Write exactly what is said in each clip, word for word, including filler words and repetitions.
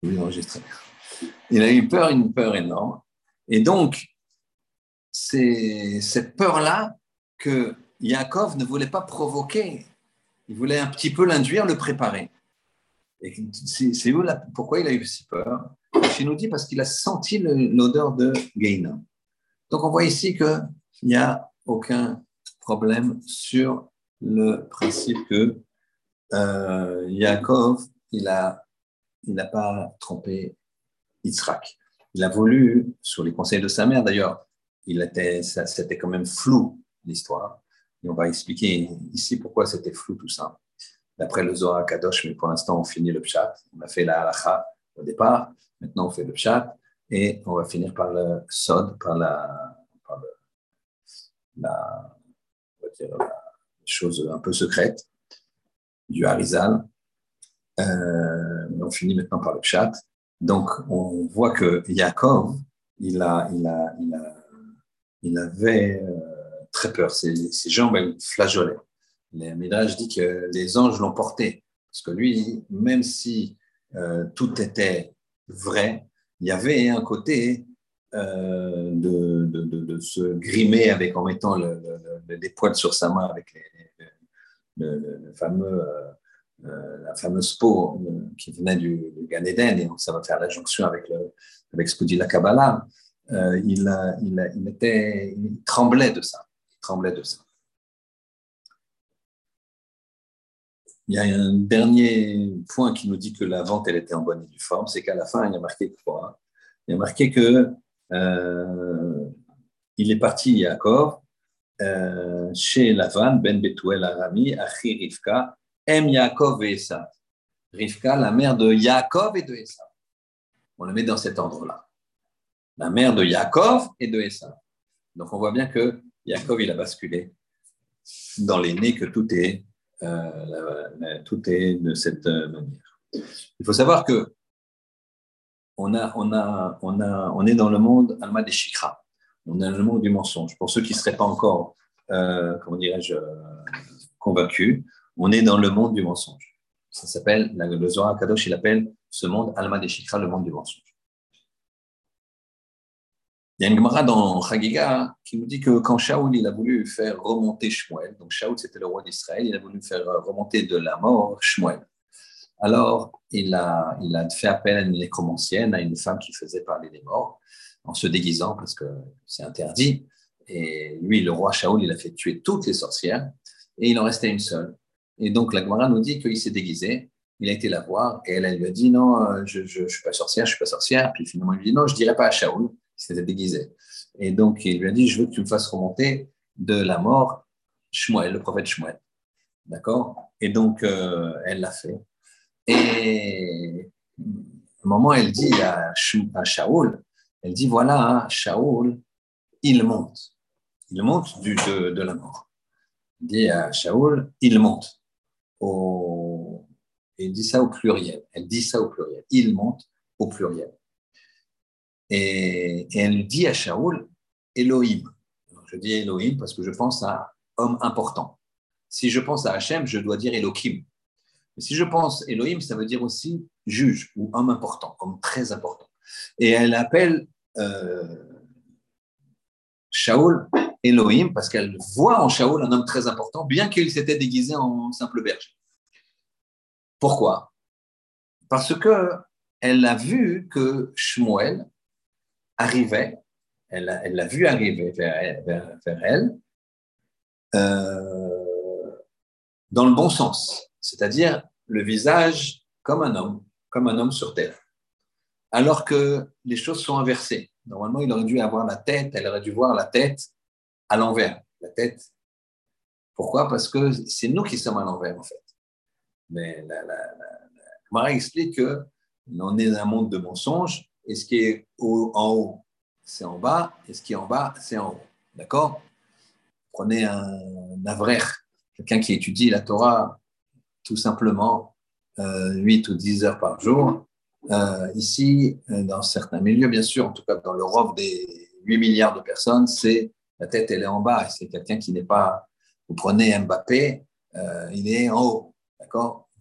Oui, enregistré. Il a eu peur, une peur énorme. Et donc, c'est cette peur-là que Yaakov ne voulait pas provoquer. Il voulait un petit peu l'induire, le préparer. Et c'est, c'est où là, pourquoi il a eu si peur? Il nous dit parce qu'il a senti le, l'odeur de Gehinnom. Donc, on voit ici qu'il n'y a aucun problème sur le principe que euh, Yaakov, il a, il n'a pas trompé Yitzhak. Il a voulu, sur les conseils de sa mère d'ailleurs, il était, ça, c'était quand même flou l'histoire. Et on va expliquer ici pourquoi c'était flou tout ça. D'après le Zohar Kadosh, mais pour l'instant on finit le pshat. On a fait la halacha au départ, maintenant on fait le pshat et on va finir par le sod, par la, par le, la, on va dire la chose un peu secrète du Harizal. Euh, on finit maintenant par le pshat. Donc, on voit que Yaakov, il, a, il, a, il, a, il avait euh, très peur. Ses, ses jambes, elles flageolaient. Le Midrash dit que les anges l'ont porté. Parce que lui, même si euh, tout était vrai, il y avait un côté euh, de, de, de, de se grimer avec, en mettant le, le, les poils sur sa main avec les, le, le, le fameux... Euh, Euh, la fameuse peau euh, qui venait du, du Gan Eden, et donc ça va faire la jonction avec, le, avec ce que dit la Kabbalah, euh, il, a, il, a, il, était, il tremblait de ça. Il tremblait de ça. Il y a un dernier point qui nous dit que la vente, elle était en bonne et due forme, c'est qu'à la fin, il y a marqué quoi? Il y a marqué que euh, il est parti, Yaakov, euh, chez Lavan, Ben Betuel Arami, Achi Rivka, Em Yaakov et Esav. Rivka, la mère de Yaakov et de Esav. On le met dans cet ordre-là. La mère de Yaakov et de Esav. Donc on voit bien que Yaakov, il a basculé dans l'aîné, que tout est, euh, tout est de cette manière. Il faut savoir que on, a, on, a, on, a, on est dans le monde Alma des Shikra. On est dans le monde du mensonge. Pour ceux qui ne seraient pas encore, euh, comment dirais-je, convaincus, on est dans le monde du mensonge. Ça s'appelle, le Zohar Kadosh, il appelle ce monde Alma des Shikra, le monde du mensonge. Il y a une Gemara dans Chagiga qui nous dit que quand Shaoul il a voulu faire remonter Shmuel, donc Shaoul c'était le roi d'Israël, il a voulu faire remonter de la mort Shmuel. Alors il a, il a fait appel à une nécromancienne, à une femme qui faisait parler des morts, en se déguisant parce que c'est interdit. Et lui, le roi Shaoul, il a fait tuer toutes les sorcières et il en restait une seule. Et donc la Gemara nous dit qu'il s'est déguisé, il a été la voir et elle, elle lui a dit non, je ne suis pas sorcière, je ne suis pas sorcière. Puis finalement il lui dit non, je ne dirai pas à Shaoul. Il s'était déguisé. Et donc, il lui a dit, je veux que tu me fasses remonter de la mort Shmuel, le prophète Shmuel. D'accord? Et donc, euh, elle l'a fait. Et à un moment, elle dit à, à Shaoul, elle dit, voilà, hein, Shaoul, il monte. Il monte du, de, de la mort. Elle dit à Shaoul, il monte. Au... Et elle dit ça au pluriel. Elle dit ça au pluriel. Il monte au pluriel. Et, et elle dit à Shaoul, Elohim. Alors, je dis Elohim parce que je pense à homme important. Si je pense à Hachem, je dois dire Elohim. Mais si je pense Elohim, ça veut dire aussi juge ou homme important, homme très important. Et elle appelle euh, Shaoul Elohim parce qu'elle voit en Shaoul un homme très important, bien qu'il s'était déguisé en simple berger. Pourquoi? Parce qu'elle a vu que Shmuel arrivait, elle l'a elle vu arriver vers, vers, vers elle, euh, dans le bon sens, c'est-à-dire le visage comme un homme, comme un homme sur terre. Alors que les choses sont inversées. Normalement, il aurait dû avoir la tête, elle aurait dû voir la tête à l'envers. La tête. Pourquoi? Parce que c'est nous qui sommes à l'envers, en fait. Mais la, la, la, la Gemara explique qu'on est dans un monde de mensonges, et ce qui est au, en haut, c'est en bas, et ce qui est en bas, c'est en haut. D'accord? Prenez un avrer, quelqu'un qui étudie la Torah tout simplement euh, huit ou dix heures par jour. Euh, ici, dans certains milieux, bien sûr, en tout cas dans l'Europe des huit milliards de personnes, c'est la tête, elle est en bas. Et c'est quelqu'un qui n'est pas... Vous prenez Mbappé, euh, il est en haut. D'accord?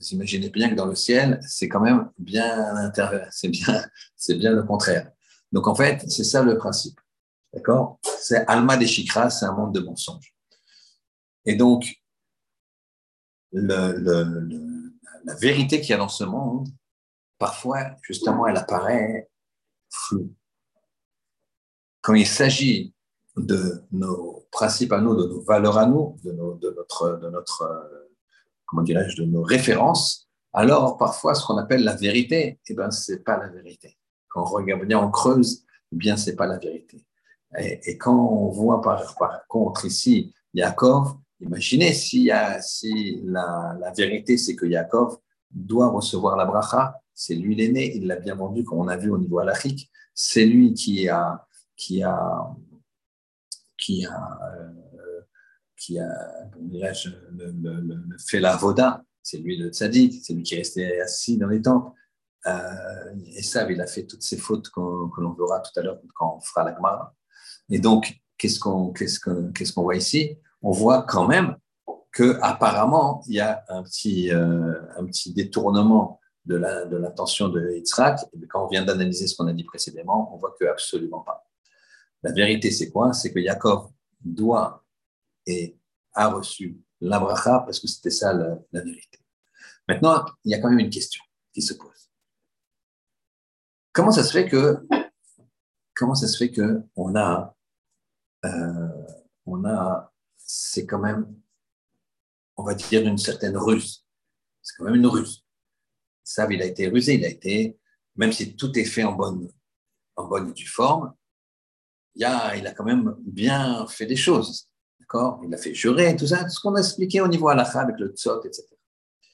vous imaginez bien que dans le ciel, c'est quand même bien l'intervers, c'est bien, c'est bien le contraire. Donc en fait, c'est ça le principe. D'accord? C'est Alma des Shikra, c'est un monde de mensonges. Et donc, le, le, le, la vérité qu'il y a dans ce monde, parfois, justement, elle apparaît floue. Quand il s'agit de nos principes à nous, de nos valeurs à nous, de, nos, de notre, de notre comment dirais-je, de nos références, alors parfois, ce qu'on appelle la vérité, eh ben, c'est pas la vérité. Quand on regarde bien, on creuse, eh bien, c'est pas la vérité. Et, et quand on voit par, par contre ici Yaakov, imaginez si, y a, si la, la vérité, c'est que Yaakov doit recevoir la bracha, c'est lui l'aîné, il l'a bien vendu, comme on a vu au niveau halachique, c'est lui qui a, qui a, qui a, euh, qui a dirais-je, le, le, le, fait la voda, c'est lui le tzaddik, c'est lui qui est resté assis dans les temples. Euh, Esav, il a fait toutes ces fautes qu'on, que l'on verra tout à l'heure quand on fera la Gemara. Et donc, qu'est-ce qu'on, qu'est-ce qu'on, qu'est-ce qu'on voit ici? On voit quand même qu'apparemment, il y a un petit, euh, un petit détournement de, la, de l'intention de Yitzhak. Et quand on vient d'analyser ce qu'on a dit précédemment, on voit que absolument pas. La vérité, c'est quoi? C'est que Yaakov doit et a reçu la bracha parce que c'était ça la, la vérité. Maintenant, il y a quand même une question qui se pose. Comment ça se fait que, comment ça se fait que on a, euh, on a, c'est quand même, on va dire une certaine ruse. C'est quand même une ruse. Ça, il a été rusé, il a été, même si tout est fait en bonne, en bonne et due forme, il a, il a quand même bien fait des choses. D'accord? Il a fait jurer, tout ça, tout ce qu'on a expliqué au niveau halakha avec le tzot, et cetera.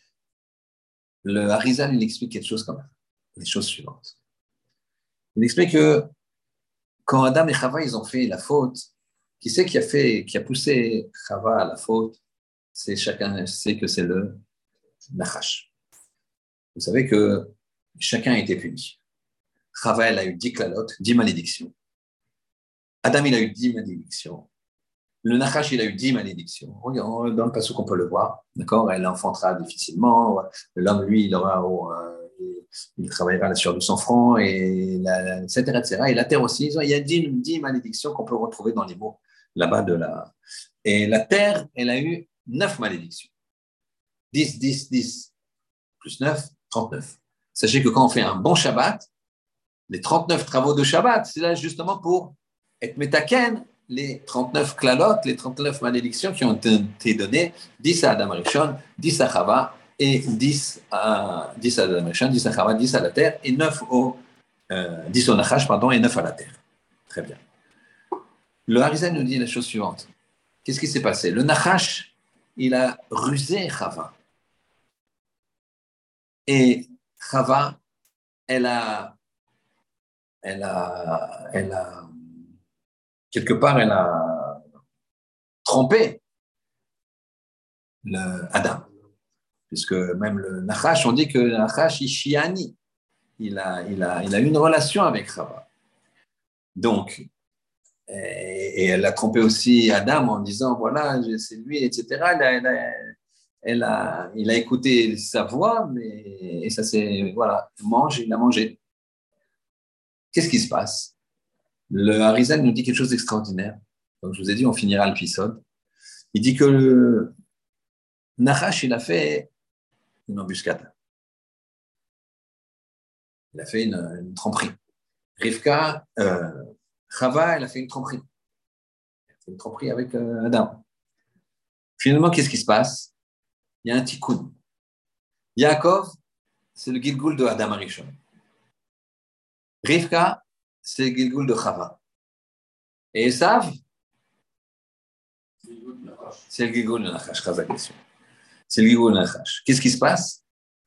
Le Harizal, il explique quelque chose quand même, les choses suivantes. Il explique que quand Adam et Chava, ils ont fait la faute, qui c'est qui a fait, qui a poussé Chava à la faute? C'est chacun sait que c'est le Nachash. Vous savez que chacun a été puni. Chava, elle a eu dix klalotes, dix malédictions. Adam, il a eu dix malédictions. Le Nachash, il a eu dix malédictions. Dans le passage qu'on peut le voir, d'accord? Elle enfantera difficilement. L'homme, lui, il aura, il travaillera sur du sang franc, et la, et cetera, et cetera. Et la terre aussi, il y a dix, dix malédictions qu'on peut retrouver dans les mots là-bas de la. Et la terre, elle a eu neuf malédictions. dix, dix, dix, plus neuf, trente-neuf. Sachez que quand on fait un bon Shabbat, les trente-neuf travaux de Shabbat, c'est là justement pour être métaken, les trente-neuf klalotes, les trente-neuf malédictions qui ont été données, dix à Adam Rishon, dix à Chava, et dix à, dix à Adam Rishon, dix à Chava, dix à la terre, et neuf au, euh, dix au Nachash, pardon, et neuf à la terre. Très bien. Le Harizal nous dit la chose suivante. Qu'est-ce qui s'est passé? Le Nachash, il a rusé Chava. Et Chava, elle a, elle a, elle a, quelque part, elle a trompé le Adam. Puisque même le Nachash, on dit que le Nachash, il chiani. Il a, il, a, il a une relation avec Chava. Donc, et, et elle a trompé aussi Adam en disant, voilà, c'est lui, et cetera. Elle a, elle a, elle a, il a écouté sa voix, mais et ça c'est, voilà, mange, il a mangé. Qu'est-ce qui se passe? Le Harizal nous dit quelque chose d'extraordinaire. Donc, je vous ai dit, on finira l'épisode. Il dit que le Nachash, il a fait une embuscade. Il a fait une, une tromperie. Rivka, euh, Chava, elle a fait une tromperie. Elle a fait une tromperie avec euh, Adam. Finalement, qu'est-ce qui se passe? Il y a un tikkun. Yaakov, c'est le Gilgul de Adam Arishon. Rivka, c'est le Gilgul de Chava. Et Esav, c'est le Gilgul de Nachash. C'est le Gilgul de Nachash. Qu'est-ce qui se passe?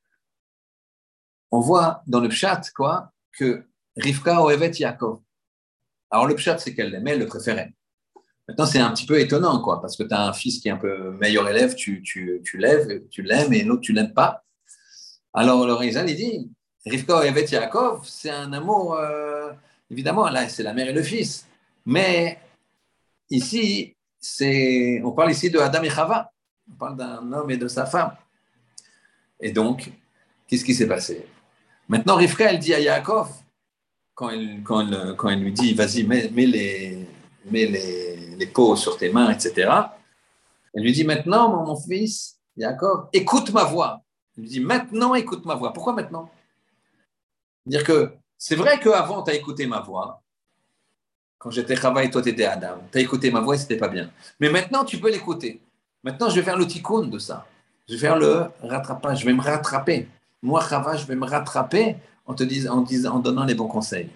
On voit dans le pshat, quoi, que Rivka ohevet Yaakov. Alors, le pshat, c'est qu'elle l'aimait, elle le préférait. Maintenant, c'est un petit peu étonnant, quoi, parce que tu as un fils qui est un peu meilleur élève, tu, tu, tu lèves, tu l'aimes, et l'autre, tu l'aimes pas. Alors, le Rizal, il dit, Rivka ohevet Yaakov, c'est un amour, euh, évidemment, là, c'est la mère et le fils. Mais ici, c'est, on parle ici de Adam et Chava. On parle d'un homme et de sa femme. Et donc, qu'est-ce qui s'est passé? Maintenant, Rivka, elle dit à Yaakov, quand elle, quand elle, quand elle lui dit, vas-y, mets, mets, les, mets les, les peaux sur tes mains, et cetera, elle lui dit, maintenant, mon, mon fils, Yaakov, écoute ma voix. Elle lui dit, maintenant, écoute ma voix. Pourquoi maintenant? Dire que c'est vrai qu'avant, tu as écouté ma voix. Quand j'étais Chava et toi, tu étais Adam. Tu as écouté ma voix et ce n'était pas bien. Mais maintenant, tu peux l'écouter. Maintenant, je vais faire le tikkun de ça. Je vais faire le rattrapage. Je vais me rattraper. Moi, Chava, je vais me rattraper en te disant, en, disant, en donnant les bons conseils.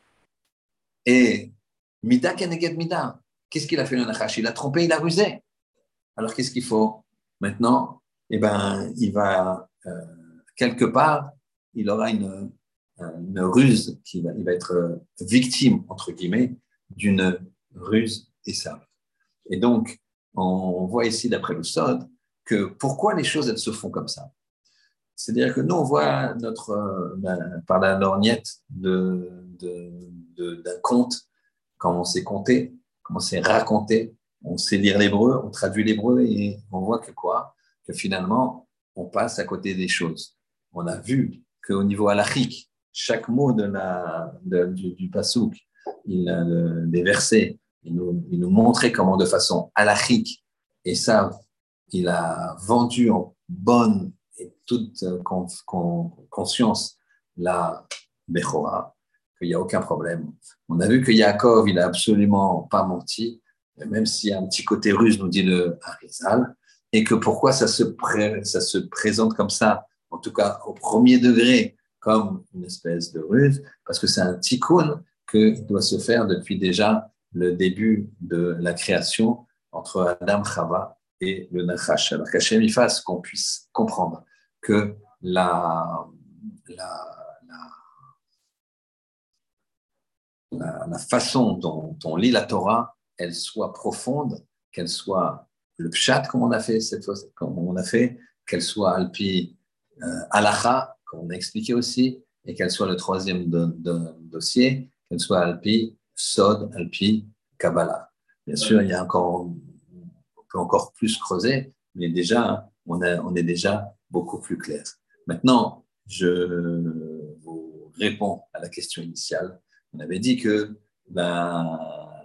Et Mida keneged Mida. Qu'est-ce qu'il a fait le Nachash? Il a trompé, il a rusé. Alors, qu'est-ce qu'il faut maintenant? Eh ben, il va, euh, quelque part, il aura une, une ruse, qui va, il va être victime, entre guillemets, d'une ruse et ça. Et donc, on voit ici, d'après le Sod, que pourquoi les choses, elles se font comme ça. C'est-à-dire que nous, on voit notre, euh, par la lorgnette de, de, de, d'un conte, quand on sait compter, comment on sait raconter, on sait lire l'hébreu, on traduit l'hébreu et on voit que quoi? Que finalement, on passe à côté des choses. On a vu qu'au niveau halachique, chaque mot de la, de, du, du pasouk, il, de, des versets, il nous, il nous montrait comment de façon halachique, et ça, il a vendu en bonne et toute con, con, conscience la Bechora, qu'il n'y a aucun problème. On a vu que Yaakov, il n'a absolument pas menti, même s'il y a un petit côté russe, nous dit le Harizal, et que pourquoi ça se, pré, ça se présente comme ça, en tout cas au premier degré, comme une espèce de ruse, parce que c'est un tikkun qui doit se faire depuis déjà le début de la création entre Adam, Chava et le Nachash. Alors qu'Hachem y fasse qu'on puisse comprendre que la, la La, la façon dont on lit la Torah, elle soit profonde, qu'elle soit le pshat, comme on a fait cette fois, comme on a fait, qu'elle soit alpi euh, halacha, comme on a expliqué aussi, et qu'elle soit le troisième de, de, dossier, qu'elle soit alpi sod, alpi kabbalah. Bien sûr, il y a encore, on peut encore plus creuser, mais déjà, on, a, on est déjà beaucoup plus clair. Maintenant, je vous réponds à la question initiale. On avait dit que ben,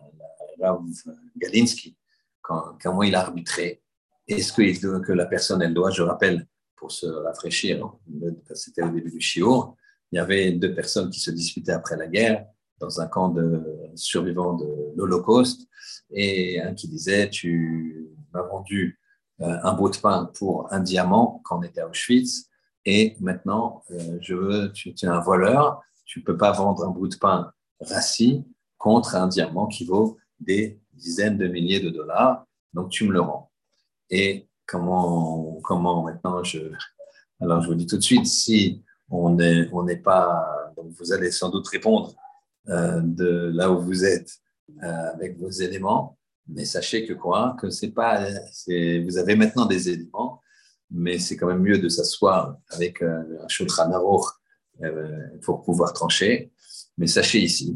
Rav Galinsky, quand, quand il a arbitré, est-ce que, que la personne, elle doit, je rappelle, pour se rafraîchir, c'était au début du shiur, il y avait deux personnes qui se disputaient après la guerre dans un camp de survivants de l'Holocauste, et un qui disait, tu m'as vendu un bout de pain pour un diamant quand on était à Auschwitz, et maintenant, je veux, tu, tu es un voleur, tu ne peux pas vendre un bout de pain rassis contre un diamant qui vaut des dizaines de milliers de dollars, donc tu me le rends. Et comment, comment maintenant je... Alors je vous dis tout de suite, si on n'est on n'est pas... Donc vous allez sans doute répondre euh, de là où vous êtes euh, avec vos éléments, mais sachez que quoi, que c'est pas... C'est, vous avez maintenant des éléments, mais c'est quand même mieux de s'asseoir avec euh, un shulchan aruch euh, pour pouvoir trancher. Mais sachez ici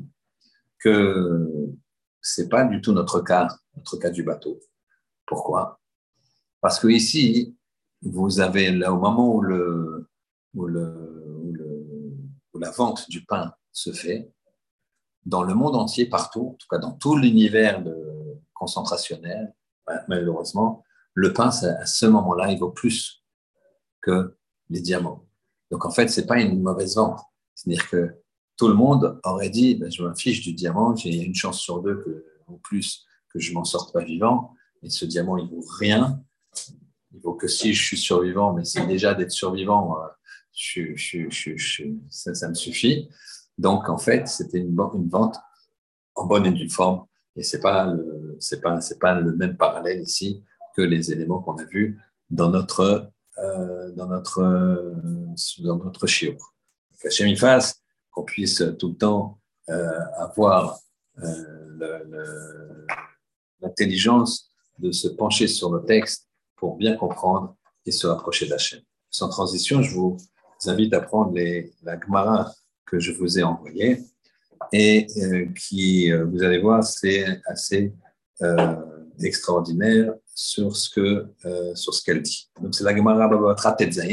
que ce n'est pas du tout notre cas, notre cas du bateau. Pourquoi? Parce que ici, vous avez là, au moment où, le, où, le, où, le, où la vente du pain se fait, dans le monde entier, partout, en tout cas dans tout l'univers de concentrationnel, malheureusement, le pain, à ce moment-là, il vaut plus que les diamants. Donc en fait, ce n'est pas une mauvaise vente. C'est-à-dire que tout le monde aurait dit, ben, je m'affiche du diamant, j'ai une chance sur deux que, en plus que je m'en sorte pas vivant, et ce diamant, il vaut rien. Il vaut que si je suis survivant, mais c'est déjà d'être survivant, euh, je, je, je, je, ça, ça me suffit. Donc en fait, c'était une, une vente en bonne et due forme, et c'est pas le, c'est pas, c'est pas le même parallèle ici que les éléments qu'on a vus dans notre euh, dans notre euh, dans notre shiur. Qu'Hachem y fasse qu'on puisse tout le temps euh, avoir euh, le, le, l'intelligence de se pencher sur le texte pour bien comprendre et se rapprocher d'Hachem. Sans transition, je vous invite à prendre les, la Gemara que je vous ai envoyée et euh, qui, euh, vous allez voir, c'est assez euh, extraordinaire sur ce que euh, sur ce qu'elle dit. Donc c'est la Gemara Baba Tetzain,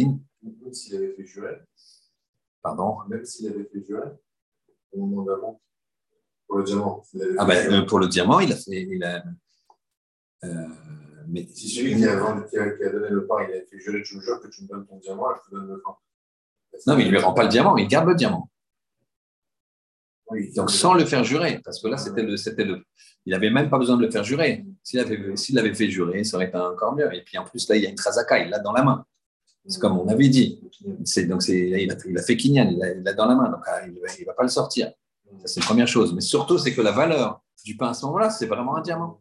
Même s'il avait fait jurer. Pardon? Même s'il avait fait jurer, au moment d'avant, pour le diamant. Ah ben, euh, pour le diamant, il a fait. Il a, euh, mais, si celui qui a, vendu, qui, a, qui a donné le pain, il a fait jurer, tu me jures que tu me donnes ton diamant, je te donne le pain. Non, mais il ne lui rend pas le diamant, il garde le diamant. Oui, donc, sans le faire jurer, parce que là, c'était le, c'était le. Il n'avait même pas besoin de le faire jurer. S'il avait, s'il avait fait jurer, ça aurait été encore mieux. Et puis, en plus, là, il y a une trazaka, il l'a dans la main. C'est comme on avait dit. C'est, donc, c'est, il, a, il a fait kinyan, il l'a il a dans la main. Donc, ah, il ne va pas le sortir. Ça, c'est la première chose. Mais surtout, c'est que la valeur du pain à ce moment-là, c'est vraiment un diamant.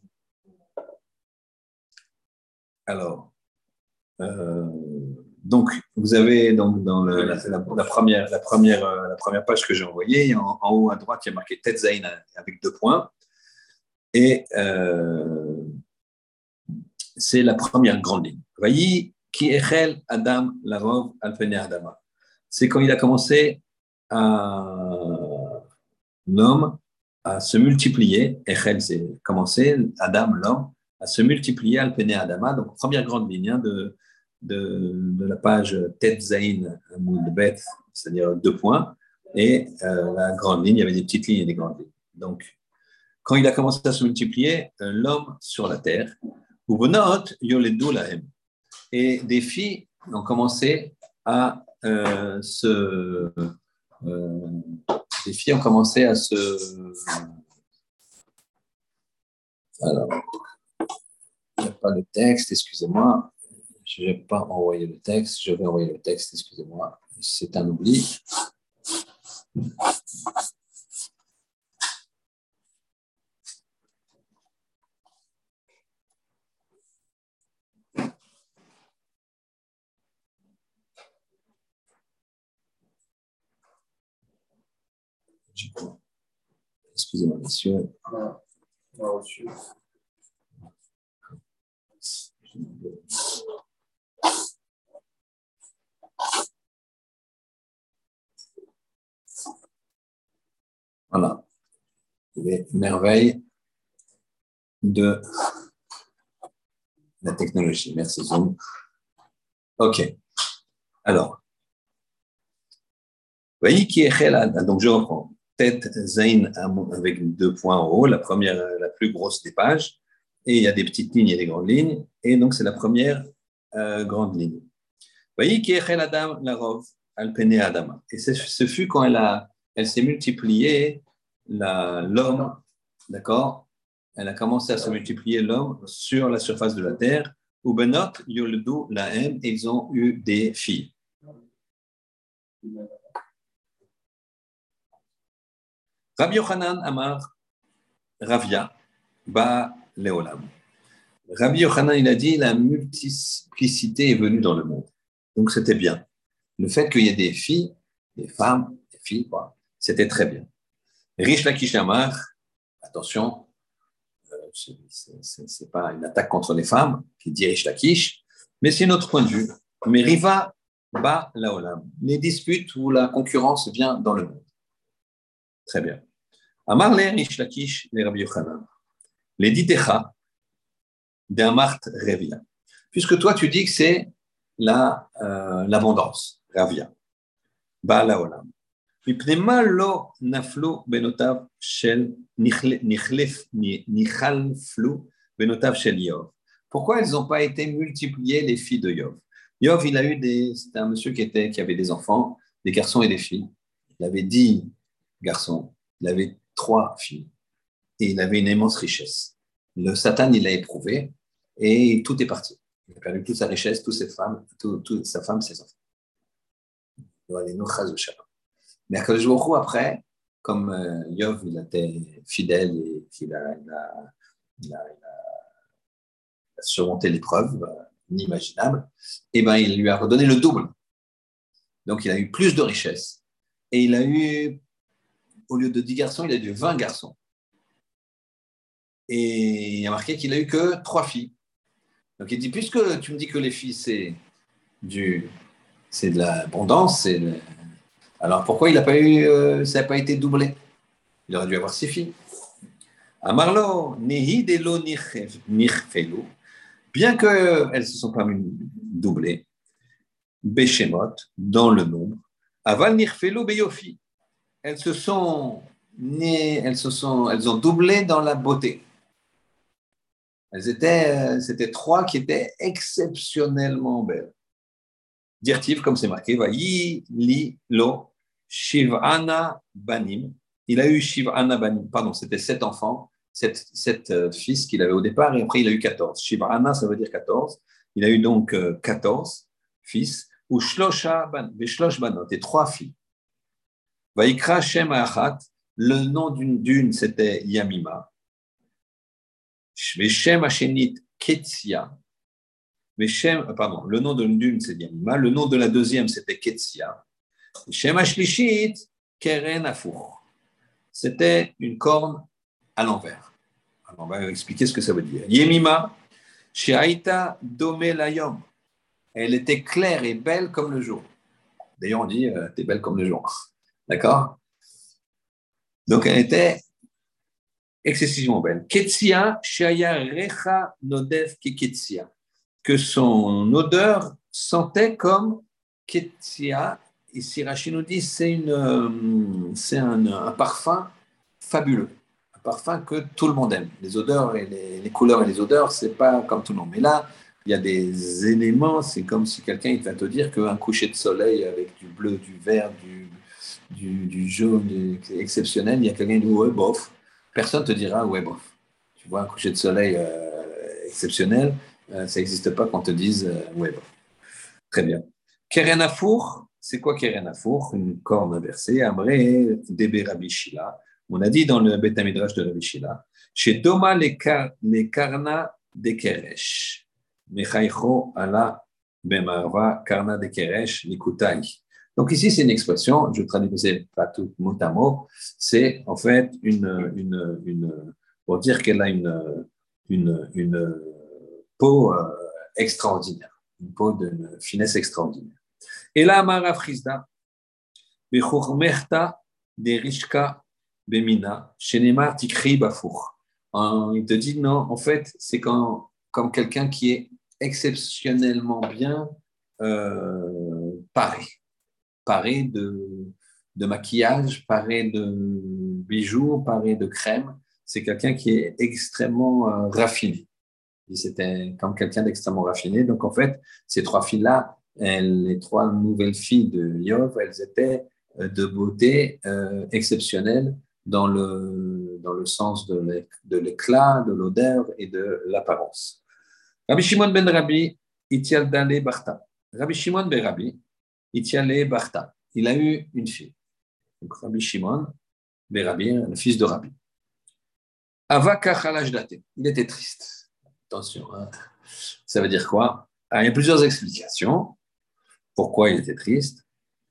Alors, euh, donc, vous avez donc dans le, la, la, la, première, la, première, la première page que j'ai envoyée, en, en haut à droite, il y a marqué Tetzain avec deux points. Et euh, c'est la première grande ligne. Voyez, qui echel Adam larov alpene Adama. C'est quand il a commencé à l'homme à se multiplier. Echel, c'est commencer, Adam, l'homme, à se multiplier alpene Adama. Donc, première grande ligne hein, de, de, de la page Tetzain Bet, c'est-à-dire deux points. Et euh, la grande ligne, il y avait des petites lignes et des grandes lignes. Donc, quand il a commencé à se multiplier, l'homme sur la terre, et des filles ont commencé à euh, se. Euh, des filles ont commencé à se. Alors, il n'y a pas le texte, excusez-moi. Je n'ai pas envoyé le texte, je vais envoyer le texte, excusez-moi. C'est un oubli. Excusez-moi, monsieur. Ah, ah, reçu. Voilà. Les merveilles de la technologie. Merci, Zoom. OK. Alors. Voyez qui est donc je reprends. Tête Zain avec deux points en haut, la première, la plus grosse des pages, et il y a des petites lignes et des grandes lignes, et donc c'est la première euh, grande ligne. Voyez qui est Adam Larov Alpene Adama. Et ce fut quand elle, a, elle s'est multipliée, la, l'homme, d'accord. Elle a commencé à se multiplier l'homme sur la surface de la terre. Ou Benot Yoldu Lahem, ils ont eu des filles. Rabbi Yochanan Amar Ravia Ba Leolam. Rabbi Yochanan, il a dit la multiplicité est venue dans le monde. Donc c'était bien. Le fait qu'il y ait des filles, des femmes, des filles, quoi, c'était très bien. Rish Lakish Amar, attention, euh, ce n'est pas une attaque contre les femmes qui dit Rish Lakish, mais c'est notre point de vue. Mais Riva Ba Leolam. Les disputes où la concurrence vient dans le monde. Très bien. Amar le Rish Lakish le Rabbi Yochanan. Les ditecha d'Amart Revia. Puisque toi, tu dis que c'est la, euh, l'abondance, Ravia. Ba'ala olam. Mipnema lo naflu benotav shel nichalflu benotav shel Yov. Pourquoi elles n'ont pas été multipliées, les filles de Yov? Yov, il a eu des. C'était un monsieur qui, était, qui avait des enfants, des garçons et des filles. Il avait dix garçons, il avait trois filles. Et il avait une immense richesse. Le Satan, il l'a éprouvé et tout est parti. Il a perdu toute sa richesse, toutes ses femmes, tout, tout, sa femme, ses enfants. Mais à jour après, comme euh, Yov, il était fidèle et qu'il a, il a, il a, il a, il a surmonté l'épreuve euh, inimaginable, et ben, il lui a redonné le double. Donc, il a eu plus de richesse. Et il a eu, au lieu de dix garçons, il a eu vingt garçons. Et il a marqué qu'il a eu que trois filles. Donc il dit, puisque tu me dis que les filles, c'est, du, c'est de l'abondance, c'est de... alors pourquoi il n'a pas eu, euh, ça n'a pas été doublé? Il aurait dû avoir six filles. Amarlo, nihidelo nirfelu, bien qu'elles ne se sont pas doublées, Beshemot, dans le nombre. Aval nirfelo beyofi. Elles se sont nées, elles se sont, elles ont doublé dans la beauté. Elles étaient, c'était trois qui étaient exceptionnellement belles. Dirtiv, comme c'est marqué, Vayi li lo shiv'ana banim. Il a eu shiv'ana banim, pardon, c'était sept enfants, sept, sept euh, fils qu'il avait au départ, et après il a eu quatorze. Shiv'ana, ça veut dire quatorze. Il a eu donc euh, quatorze fils, ou shlosha ban, veshlosh banot, et trois filles. Vaikra shem achat, le nom d'une, d'une c'était Yamima. Veshem Hashenit Ketsia. Veshem, pardon, le nom de l'une c'est Yamima, le nom de la deuxième c'était Ketsia. Veshem Hashlishit Keren Afour. C'était une corne à l'envers. Alors on va expliquer ce que ça veut dire. Yemima, Sheaita Dome Layom. Elle était claire et belle comme le jour. D'ailleurs, on dit, euh, t'es belle comme le jour. D'accord? Donc, elle était excessivement belle. Ketsia, Shaya Recha Nodef Ketsia. Que son odeur sentait comme Ketsia. Ici, Rachid nous dit c'est une, c'est un, un parfum fabuleux. Un parfum que tout le monde aime. Les odeurs et les, les couleurs et les odeurs, c'est pas comme tout le monde. Mais là, il y a des éléments, c'est comme si quelqu'un il va te dire qu'un coucher de soleil avec du bleu, du vert, du, du, du jaune, c'est exceptionnel. Il y a quelqu'un qui dit ouais, bof. Personne ne te dira ouais, bof. Tu vois un coucher de soleil euh, exceptionnel, euh, ça n'existe pas qu'on te dise euh, ouais, bof. Très bien. Keren Afour, c'est quoi Keren Afour? Une corne inversée. Amré, Debe Rabbi Shila. On a dit dans le Beth Midrash de Rabbi Shila, chez Doma les Karna de Keresh. Mechaycho ala Bemarva Karna de Keresh Nikutai. Donc ici, c'est une expression, je traduis c'est pas tout mot à mot, c'est en fait une, une, une pour dire qu'elle a une, une, une peau euh, extraordinaire, une peau d'une finesse extraordinaire. Et là, Amara Frisda, Bechormerta de Rishka Bemina, Shenemar Tikri Bafour. Il te dit non, en fait, c'est quand, comme quelqu'un qui est exceptionnellement bien euh, paré. Paré de, de maquillage, paré de bijoux, paré de crème. C'est quelqu'un qui est extrêmement euh, raffiné. C'était comme quelqu'un d'extrêmement raffiné. Donc, en fait, ces trois filles-là, elles, les trois nouvelles filles de Yov, elles étaient de beauté euh, exceptionnelle dans le, dans le sens de l'éclat, de l'odeur et de l'apparence. Rabbi Shimon ben Rabbi, Itial Dale Barta. Rabbi Shimon ben Rabbi, Itiale Barta. Il a eu une fille. Donc, Rabbi Shimon ben Rabbi, le fils de Rabbi. Avaka Chalajdate. Il était triste. Attention, hein. Ça veut dire quoi? Alors, il y a plusieurs explications. Pourquoi il était triste?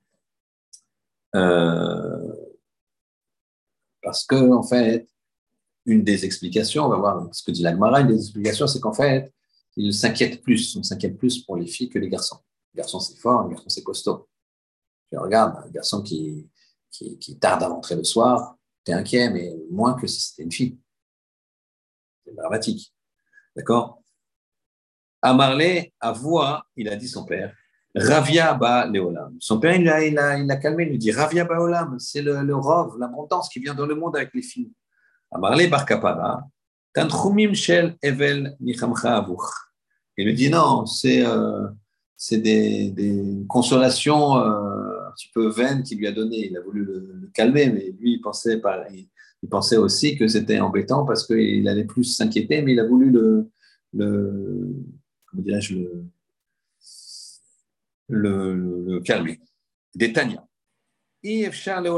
Euh, parce que, en fait, une des explications, on va voir ce que dit la Gemara, une des explications, c'est qu'en fait, il s'inquiète plus. On s'inquiète plus pour les filles que les garçons. Les garçons, c'est fort, les garçons, c'est costaud. Je regarde, un garçon qui, qui, qui tarde à rentrer le soir, t'es inquiet, mais moins que si c'était une fille. C'est dramatique. D'accord? Amarlé, à voix, il a dit son père, Ravia ba leolam. Son père, il l'a il a, il a calmé, il lui dit, Ravia ba olam, c'est le, le rov, l'abondance qui vient dans le monde avec les filles. Amarlé bar kapara, tanchumim shel evel nichamcha avouch. Il lui dit, non, c'est euh, c'est des, des consolations euh, un petit peu vaines qu'il lui a données. Il a voulu le, le calmer, mais lui, il pensait, pareil, il pensait aussi que c'était embêtant parce qu'il allait plus s'inquiéter, mais il a voulu le, le comment dirais-je, le, le, le, le calmer. Détania. Il y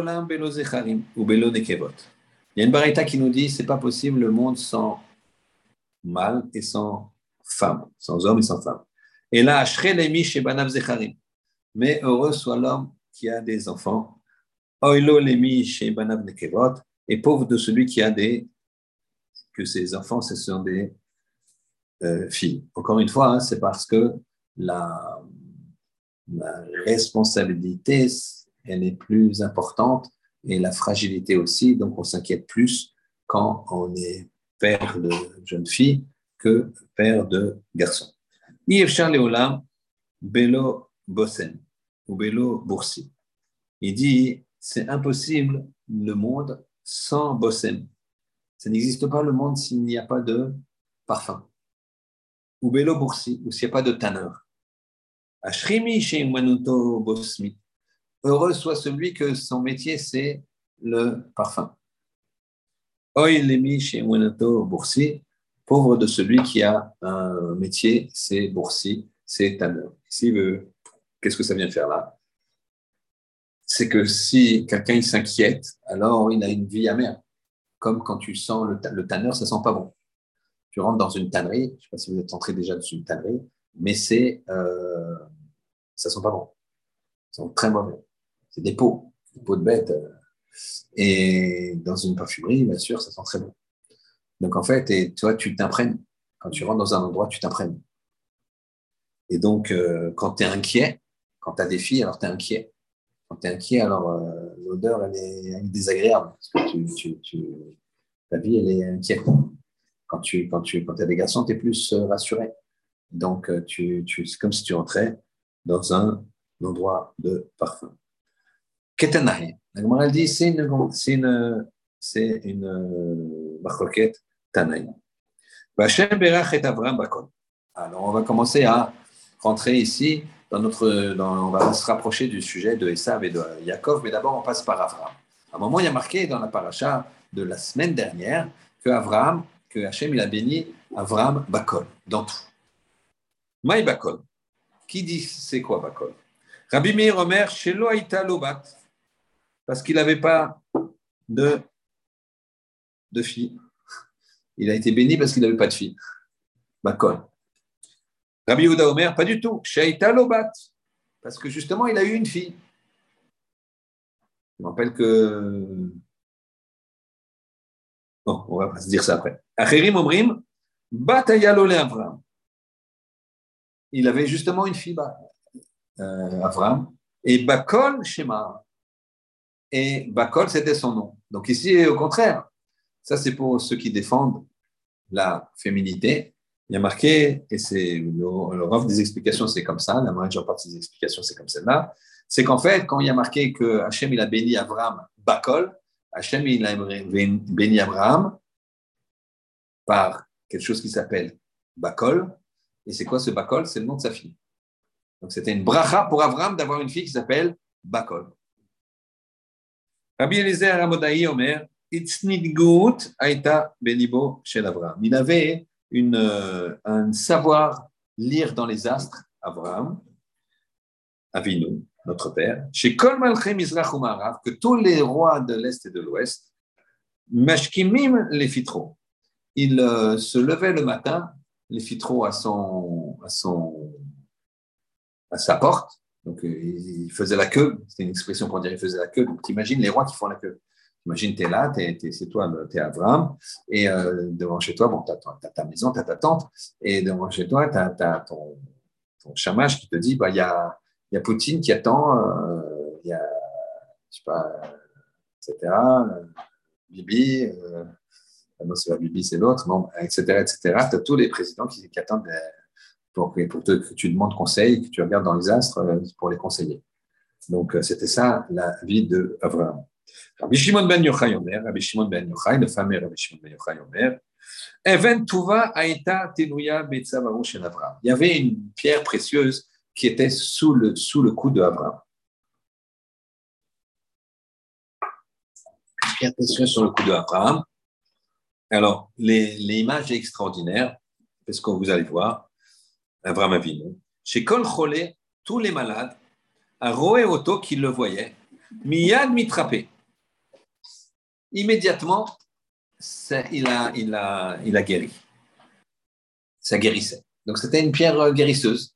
a une baraita qui nous dit c'est pas possible le monde sans mâle et sans femme, sans homme et sans femme. Et là, Ashrei lemi shebanav zecharim. Mais heureux soit l'homme qui a des enfants. Oilo lemi shebanav nekevot. Et pauvre de celui qui a des que ses enfants ce sont des euh, filles. Encore une fois, hein, c'est parce que la la responsabilité, elle est plus importante et la fragilité aussi. Donc, on s'inquiète plus quand on est père de jeune fille que père de garçon. Yevchar leolam belo bossem, ou bélo boursi. Il dit, c'est impossible le monde sans bossem. Ça n'existe pas le monde s'il n'y a pas de parfum. Ou bélo boursi, ou s'il n'y a pas de tanneur. Ashrimi chez Manuto Bosmi. Heureux soit celui que son métier, c'est le parfum. Oy lemi chez Manuto Boursi. Pauvre de celui qui a un métier, c'est boursi, c'est tanneur. Ici, euh, qu'est-ce que ça vient faire là? C'est que si quelqu'un il s'inquiète, alors il a une vie amère. Comme quand tu sens le, le tanneur, ça sent pas bon. Tu rentres dans une tannerie, je ne sais pas si vous êtes entré déjà dans une tannerie, mais c'est, euh, ça sent pas bon. Ça sent très mauvais. C'est des pots, des pots de bête. Et dans une parfumerie, bien sûr, ça sent très bon. Donc en fait, et toi, tu t'imprègnes. Quand tu rentres dans un endroit, tu t'imprègnes. Et donc, euh, quand tu es inquiet, quand tu as des filles, alors tu es inquiet. Quand tu es inquiet, alors euh, l'odeur, elle est, elle est désagréable. Parce que tu, tu, tu, ta vie, elle est inquiète. Quand tu quand tu, quand as des garçons, tu es plus euh, rassuré. Donc, euh, tu, tu, c'est comme si tu rentrais dans un endroit de parfum. Ketanahi. La Gemara dit, c'est une, c'est une, c'est une marcoquette Tanaï. Vachem berach et Avram bakol. Alors, on va commencer à rentrer ici dans notre, dans, on va se rapprocher du sujet de Esav et de Yaakov, mais d'abord on passe par Avram. À un moment, il y a marqué dans la paracha de la semaine dernière que Avram, que Hachem il a béni Avram bakol dans tout. Maï bakol. Qui dit c'est quoi bakol? Rabbi Meir Omer shelo haïta lobat, parce qu'il n'avait pas de de fille. Il a été béni parce qu'il n'avait pas de fille. Bakol. Rabbi Yehuda Omer, pas du tout. Shehaïta lobat. Parce que justement, il a eu une fille. Je me rappelle que. Bon, on va pas se dire ça après. Acherim Omrim, Batayalo le Avram. Il avait justement une fille, euh, Avram. Et Bakol Shema. Et Bakol, c'était son nom. Donc ici, au contraire, ça c'est pour ceux qui défendent la féminité. Il y a marqué, et c'est le, le ref des explications, c'est comme ça, la majeure partie des explications, c'est comme celle-là, c'est qu'en fait, quand il y a marqué que Hachem, il a béni Abraham Bakol, Hachem, il a béni Abraham par quelque chose qui s'appelle Bakol, et c'est quoi ce Bakol? C'est le nom de sa fille. Donc c'était une bracha pour Abraham d'avoir une fille qui s'appelle Bakol. Rabbi Eliezer Amodaï Omer, Itznidgut Aïta Benibo Shel Abraham. Il avait une, euh, un savoir lire dans les astres, Abraham, Avinu, notre père, chez Kol Malchem Mizrach ou Ma'arav, que tous les rois de l'Est et de l'Ouest, Mashkimim les fitros. Il euh, se levait le matin, les fitros à, son, à, son, à sa porte, donc euh, il faisait la queue, c'était une expression pour dire il faisait la queue, donc tu imagines les rois qui font la queue. Imagine, tu es là, t'es, t'es, c'est toi, tu es Avram, et euh, devant chez toi, bon, tu as ta maison, tu as ta tente, et devant chez toi, tu as ton, ton chamache qui te dit, bah, il y a, y a Poutine qui attend, il euh, y a, je sais pas, et cetera, euh, Bibi, euh, non, c'est pas Bibi, c'est l'autre, bon, et cetera, et cetera. Tu as tous les présidents qui, qui attendent euh, pour, pour te, que tu demandes conseil, que tu regardes dans les astres euh, pour les conseiller. Donc, euh, c'était ça, la vie de Avram. Rabbi Shimon ben Yochai Omer, Rabbi Shimon ben Yochai, le fameux Rabbi Shimon ben Yochai Omer, Even Tuva Aïta Tenouya Betzavaru Shel Avram. Il y avait une pierre précieuse qui était sous le, sous le cou de Avram. Une pierre précieuse sur le cou de Avram. Alors, les, les images extraordinaires, parce que vous allez voir, Avram Avinu, chez Kol Cholé, tous les malades, à Roé Oto qui le voyaient, Miyad Mitrapé. Immédiatement, il a, il, a, il a guéri. Ça guérissait. Donc, c'était une pierre guérisseuse.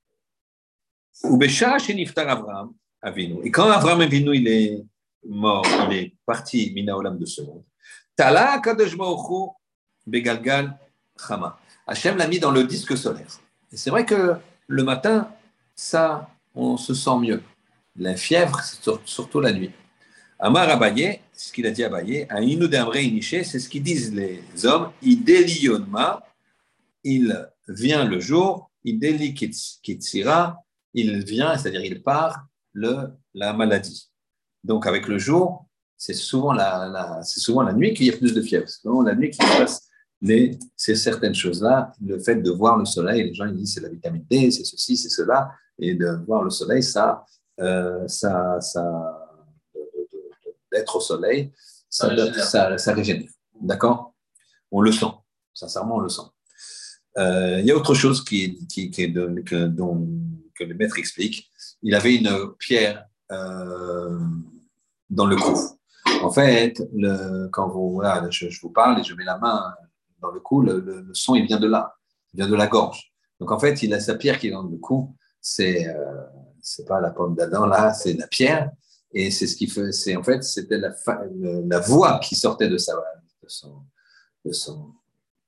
Ubesha chez Niftar Avram Avinu. Et quand Avram Avinu il est mort, il est parti, Mina Olam de ce monde, Tala Kadosh Baruch Hu Begalgal Chama. Hachem l'a mis dans le disque solaire. Et c'est vrai que le matin, ça, on se sent mieux. La fièvre, c'est surtout la nuit. Amar Abaye, ce qu'il a dit à Abaye, un Inou d'Amre Iniché, c'est ce qu'ils disent les hommes, Ideliyonma, il vient le jour, Ideli Kitsira, il vient, c'est-à-dire il part le, la maladie. Donc avec le jour, c'est souvent la, la, c'est souvent la nuit qu'il y a plus de fièvre. C'est souvent la nuit qu'il se passe les, c'est certaines choses-là. Le fait de voir le soleil, les gens ils disent c'est la vitamine D, c'est ceci, c'est cela. Et de voir le soleil, ça, euh, ça, ça d'être au soleil, ça, ça, régénère. Ça, ça régénère. D'accord? On le sent. Sincèrement, on le sent. Euh, il y a autre chose qui, qui, qui est de, que, dont, que le maître explique. Il avait une pierre euh, dans le cou. En fait, le, quand vous, voilà, je, je vous parle et je mets la main dans le cou, le, le, le son, il vient de là, il vient de la gorge. Donc, en fait, il a sa pierre qui est dans le cou. C'est, euh, c'est pas la pomme d'Adam, là, c'est la pierre. Et c'est ce qui fait, c'est, en fait, c'était la, la voix qui sortait de, sa, de, son, de, son, de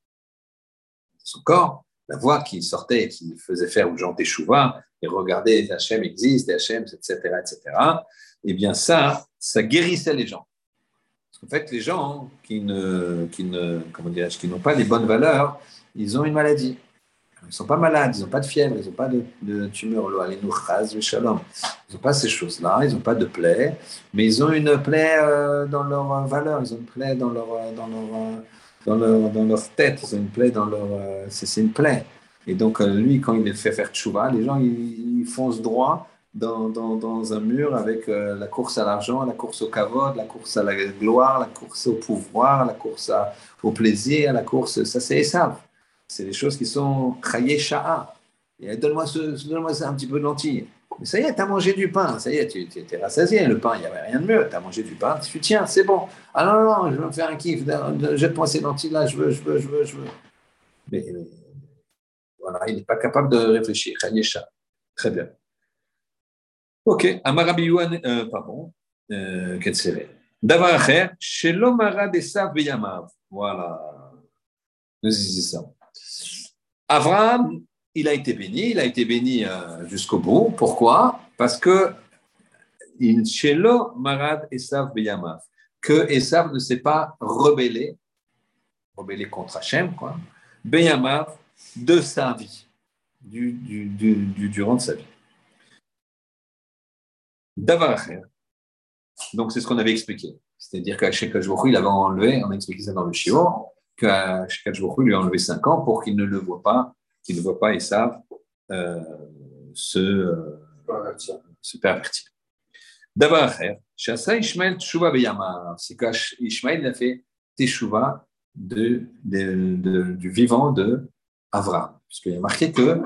son corps, la voix qui sortait et qui faisait faire aux gens teshuva et regarder, Hachem existe, Hachem, et cetera, et cetera. Eh bien, ça, ça guérissait les gens. En fait, les gens qui, ne, qui, ne, comment dirais-je, qui n'ont pas les bonnes valeurs, ils ont une maladie. Ils ne sont pas malades, ils n'ont pas de fièvre, ils n'ont pas de, de tumeur, ils n'ont pas ces choses-là, ils n'ont pas de plaie, mais ils ont une plaie euh, dans leur valeur, ils ont une plaie dans leur, dans leur, dans leur, dans leur tête, ils ont une plaie dans leur... Euh, c'est, c'est une plaie. Et donc, euh, lui, quand il les fait faire tchouva, les gens, ils, ils foncent droit Dans, dans, dans un mur avec euh, la course à l'argent, la course au kavod, la course à la gloire, la course au pouvoir, la course à, au plaisir, la course, ça c'est Esav. C'est des choses qui sont chaye sha'a. Et donne-moi, ce, donne-moi ça, un petit peu de lentilles. Mais ça y est, tu as mangé du pain, ça y est, tu es rassasié. Le pain, il n'y avait rien de mieux. Tu as mangé du pain, tu tiens, c'est bon. Ah non, non, non, je veux me faire un kiff, jette-moi ces lentilles-là, je veux, je veux, je veux, je veux. Mais, mais voilà, il n'est pas capable de réfléchir. Chaye sha'a. Très bien. Ok, Amarabi Yuan, euh, pardon, euh, quel serait Davar Acher, Shelo Marad Esav Beyamav. Voilà, nous disons ça. Abraham, il a été béni, il a été béni euh, jusqu'au bout. Pourquoi? Parce que Shelo Marad Esav Beyamav, que Esav ne s'est pas rebellé, rebellé contre Hachem, quoi, Beyamav, de sa vie, du, du, du, du, durant de sa vie. Davar Acher. Donc, c'est ce qu'on avait expliqué. C'est-à-dire qu'à Shekajbourou, il avait enlevé, on a expliqué ça dans le Shior, qu'à Shekajbourou, il lui a enlevé cinq ans pour qu'il ne le voit pas, qu'il ne voit pas Esav euh, se, euh, se pervertir. D'abord, Chassa Ishmael Teshuva Beyama, c'est qu'Ishmael a fait Teshuva de, de, de, du vivant de Avraham. Puisqu'il y a marqué que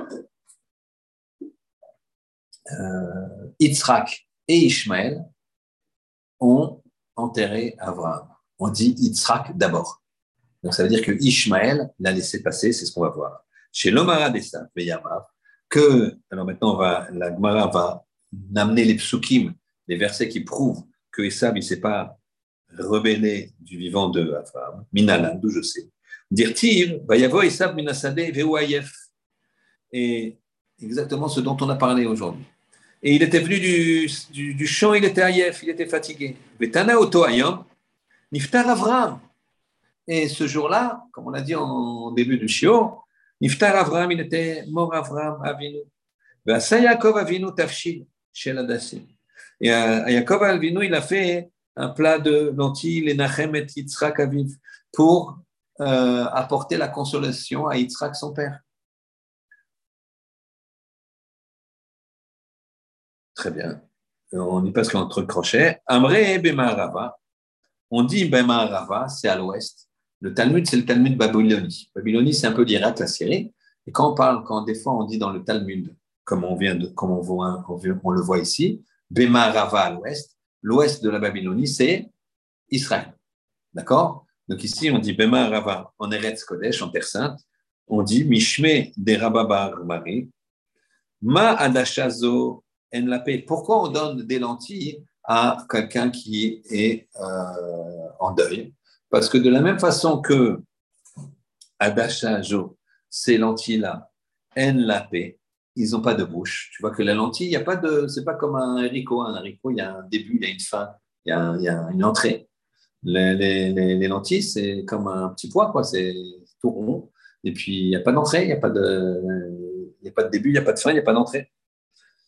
euh, Yitzhak et Ishmael ont enterré Abraham. On dit Yitzhak d'abord. Donc ça veut dire que Ishmaël l'a laissé passer, c'est ce qu'on va voir. Chez l'Omara d'Esav, Beyamav, que, alors maintenant on va, la Gemara va amener les psukim, les versets qui prouvent que Esav, il ne s'est pas rebellé du vivant de Abraham, Minalan, d'où je sais. Dire Tir, Vayavo Esav Minasade Veuayef. Et exactement ce dont on a parlé aujourd'hui. Et il était venu du, du, du champ, il était ayef, il était fatigué. Betana Oto Ayom, Niftar Avraham. Et ce jour-là, comme on a dit en début du Shior, Niftar Avraham, il était mort Avraham Avinu. Vasa Yaakov Avinu Tafshil, Shel Adassim. Et à Yaakov Avinu, il a fait un plat de lentilles, les Nachem et Yitzhak Aviv, pour euh, apporter la consolation à Yitzhak, son père. Très bien. On y passe entre crochets. Amré Bemarava. On dit Bemarava, c'est à l'ouest. Le Talmud, c'est le Talmud Babylonie. Babylonie, c'est un peu l'Irak, la Syrie. Et quand on parle, quand des fois on dit dans le Talmud, comme on vient de, comme on, voit, on le voit ici, Bemarava à l'ouest. L'ouest de la Babylonie, c'est Israël. D'accord? Donc ici, on dit Bemarava en Eretz Kodesh, en Terre Sainte. On dit Mishme de Rababar Mari. Ma Adashazo. Pourquoi on donne des lentilles à quelqu'un qui est euh, en deuil? Parce que de la même façon que Adashajo, ces lentilles-là, en la paix, ils n'ont pas de bouche. Tu vois que la lentille, il y a pas de, c'est pas comme un haricot. Un haricot, il y a un début, il y a une fin, il y a, un, il y a une entrée. Les, les, les, les lentilles, c'est comme un petit pois, quoi. C'est tout rond. Et puis, il n'y a pas d'entrée, il n'y a pas de, il n'y a pas de début, il n'y a pas de fin, il n'y a pas d'entrée.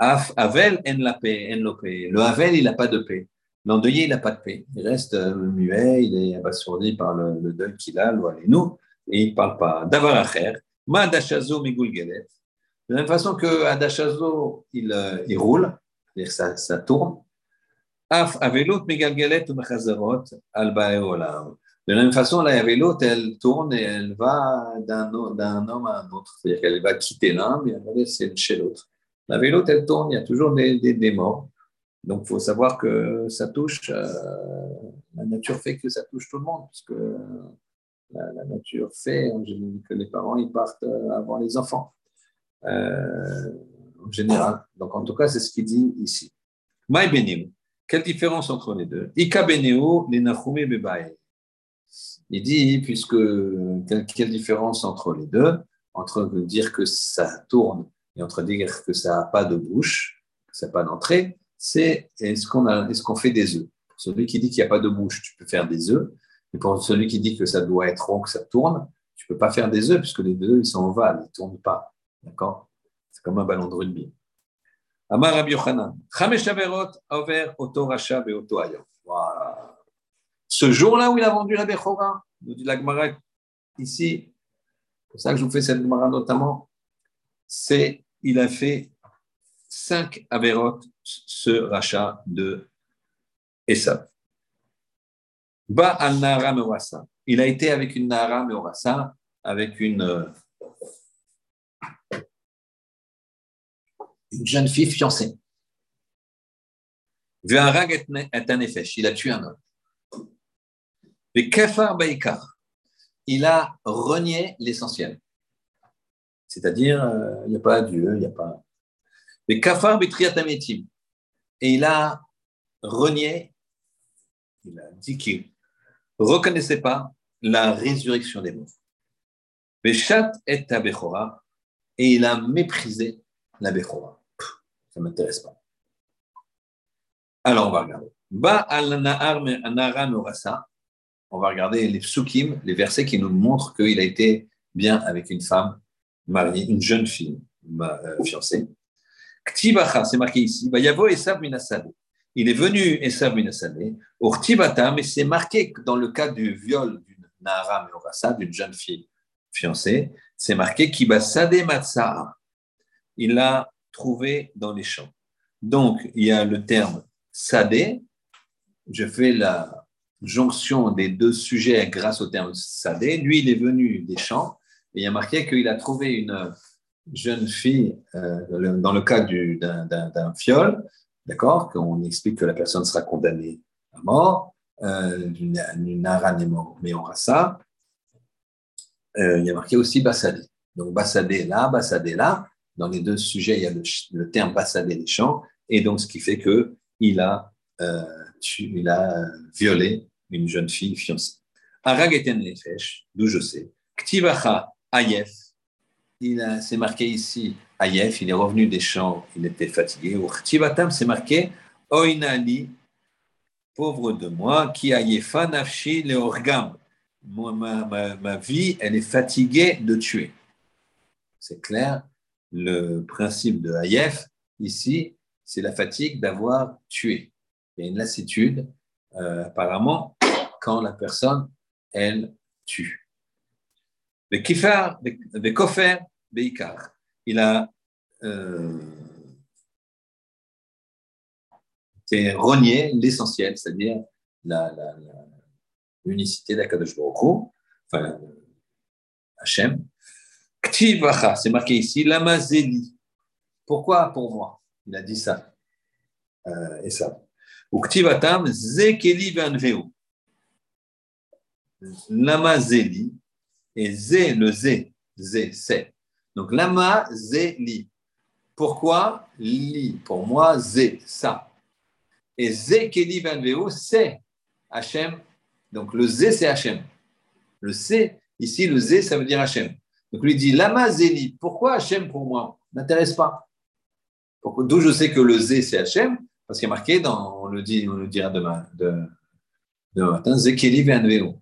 Af, Avel, en la paix, en lo paix. Le Avel, il n'a pas de paix. L'endeuillé, il n'a pas de paix. Il reste euh, muet, il est abasourdi par le, le deuil qu'il a, nous, et il ne parle pas. Davar acher, ma dashazo migulgelet. De la même façon que Adashazo, il, euh, il roule, c'est-à-dire que ça, ça tourne. Af avelut migalgelet ou mechazerot al baeolam. De la même façon, la avelut, elle tourne et elle va d'un, d'un homme à un autre. C'est-à-dire qu'elle va quitter l'un, mais elle va laisser chez l'autre. La veloute, elle tourne, il y a toujours des, des, des morts. Donc, il faut savoir que ça touche, euh, la nature fait que ça touche tout le monde, puisque la, la nature fait que les parents, ils partent avant les enfants, euh, en général. Donc, en tout cas, c'est ce qu'il dit ici. Maï benim, quelle différence entre les deux? Ika beneo, les nachumi bebae. Il dit, puisque, quelle, quelle différence entre les deux? Entre dire que ça tourne et entre dire que ça n'a pas de bouche, que ça n'a pas d'entrée, c'est est-ce qu'on, a, est-ce qu'on fait des œufs. Pour celui qui dit qu'il n'y a pas de bouche, tu peux faire des œufs. Et pour celui qui dit que ça doit être rond, que ça tourne, tu ne peux pas faire des œufs puisque les œufs, ils sont ovales, ils ne tournent pas. D'accord? C'est comme un ballon de rugby. Amar Rabbi Yochanan, Chamesh Averot over Oto Racha Beoto Ayom. Voilà. Ce jour-là où il a vendu la Bechora, nous dit la Gemara ici, c'est pour ça que je vous fais cette Gemara notamment, c'est il a fait cinq Averot, ce rachat de Esav. Ba al Nahara Meorasa. Il a été avec une Nahara Meorasa, avec une, une jeune fille fiancée. Ve'arag et anefesh. Il a tué un homme. Ve'kafar baikar. Il a renié l'essentiel. C'est-à-dire, il euh, n'y a pas Dieu, il n'y a pas. Mais kafar betriat ametim. Et il a renié, il a dit qu'il ne reconnaissait pas la résurrection des morts. Mais chat et ta bechora, et il a méprisé la bechora. Ça ne m'intéresse pas. Alors, on va regarder. Ba al nahar nahara meorasa. On va regarder les psukim, les versets qui nous montrent qu'il a été bien avec une femme mariée, une jeune fille euh, fiancée. Ktibacha, c'est marqué ici. Yavo Esav minasade. Il est venu Esav minasade. Urtibata, mais c'est marqué que dans le cas du viol d'une Nahara Meorasa, d'une jeune fille fiancée, c'est marqué Kibasade Matsaa. Il l'a trouvé dans les champs. Donc, il y a le terme Sadé. Je fais la jonction des deux sujets grâce au terme Sadé. Lui, il est venu des champs et il y a marqué qu'il a trouvé une jeune fille, euh, dans le cas du, d'un, d'un, d'un viol, d'accord, qu'on explique que la personne sera condamnée à mort, euh, d'une, d'une Nahara Meorasa, euh, il y a marqué aussi Bassadé. Donc Bassadé là, Bassadé là, dans les deux sujets, il y a le, le terme Bassadé des champs, et donc ce qui fait qu'il a, euh, il a violé une jeune fille fiancée. Arag eten nefesh, d'où je sais, Ktivacha Ayef, il a, c'est marqué ici, Ayef, il est revenu des champs, il était fatigué. Ou Chtivatam, c'est marqué, Oinali, pauvre de moi, qui ayefa nafshi le orgam. Ma, ma, ma vie, elle est fatiguée de tuer. C'est clair, le principe de Ayef, ici, c'est la fatigue d'avoir tué. Il y a une lassitude, euh, apparemment, quand la personne, elle tue. Le kifar, le kofer, beikar. Il a euh, renié l'essentiel, c'est-à-dire la, la, la, l'unicité d'Akadosh Baruch Hu, enfin, Hachem. Ktivacha, c'est marqué ici, lamazeli. Pourquoi pour moi? Il a dit ça. Euh, et ça. Ou ktivatam, zekeli vanveu. Lamazeli, et zé, le zé, zé, c'est. Donc, lama, zé, li. Pourquoi li? Pour moi, zé, ça. Et zé, keli, vanveu, c'est Hachem. Donc, le zé, c'est Hachem. Le C, ici, le zé, ça veut dire Hachem. Donc, lui dit, lama, zéli. Pourquoi Hachem pour moi? N'intéresse pas. Pourquoi? D'où je sais que le zé, c'est Hachem, parce qu'il est marqué, dans, on, le dit, on le dira demain, de, demain matin, zé, keli, vanveu.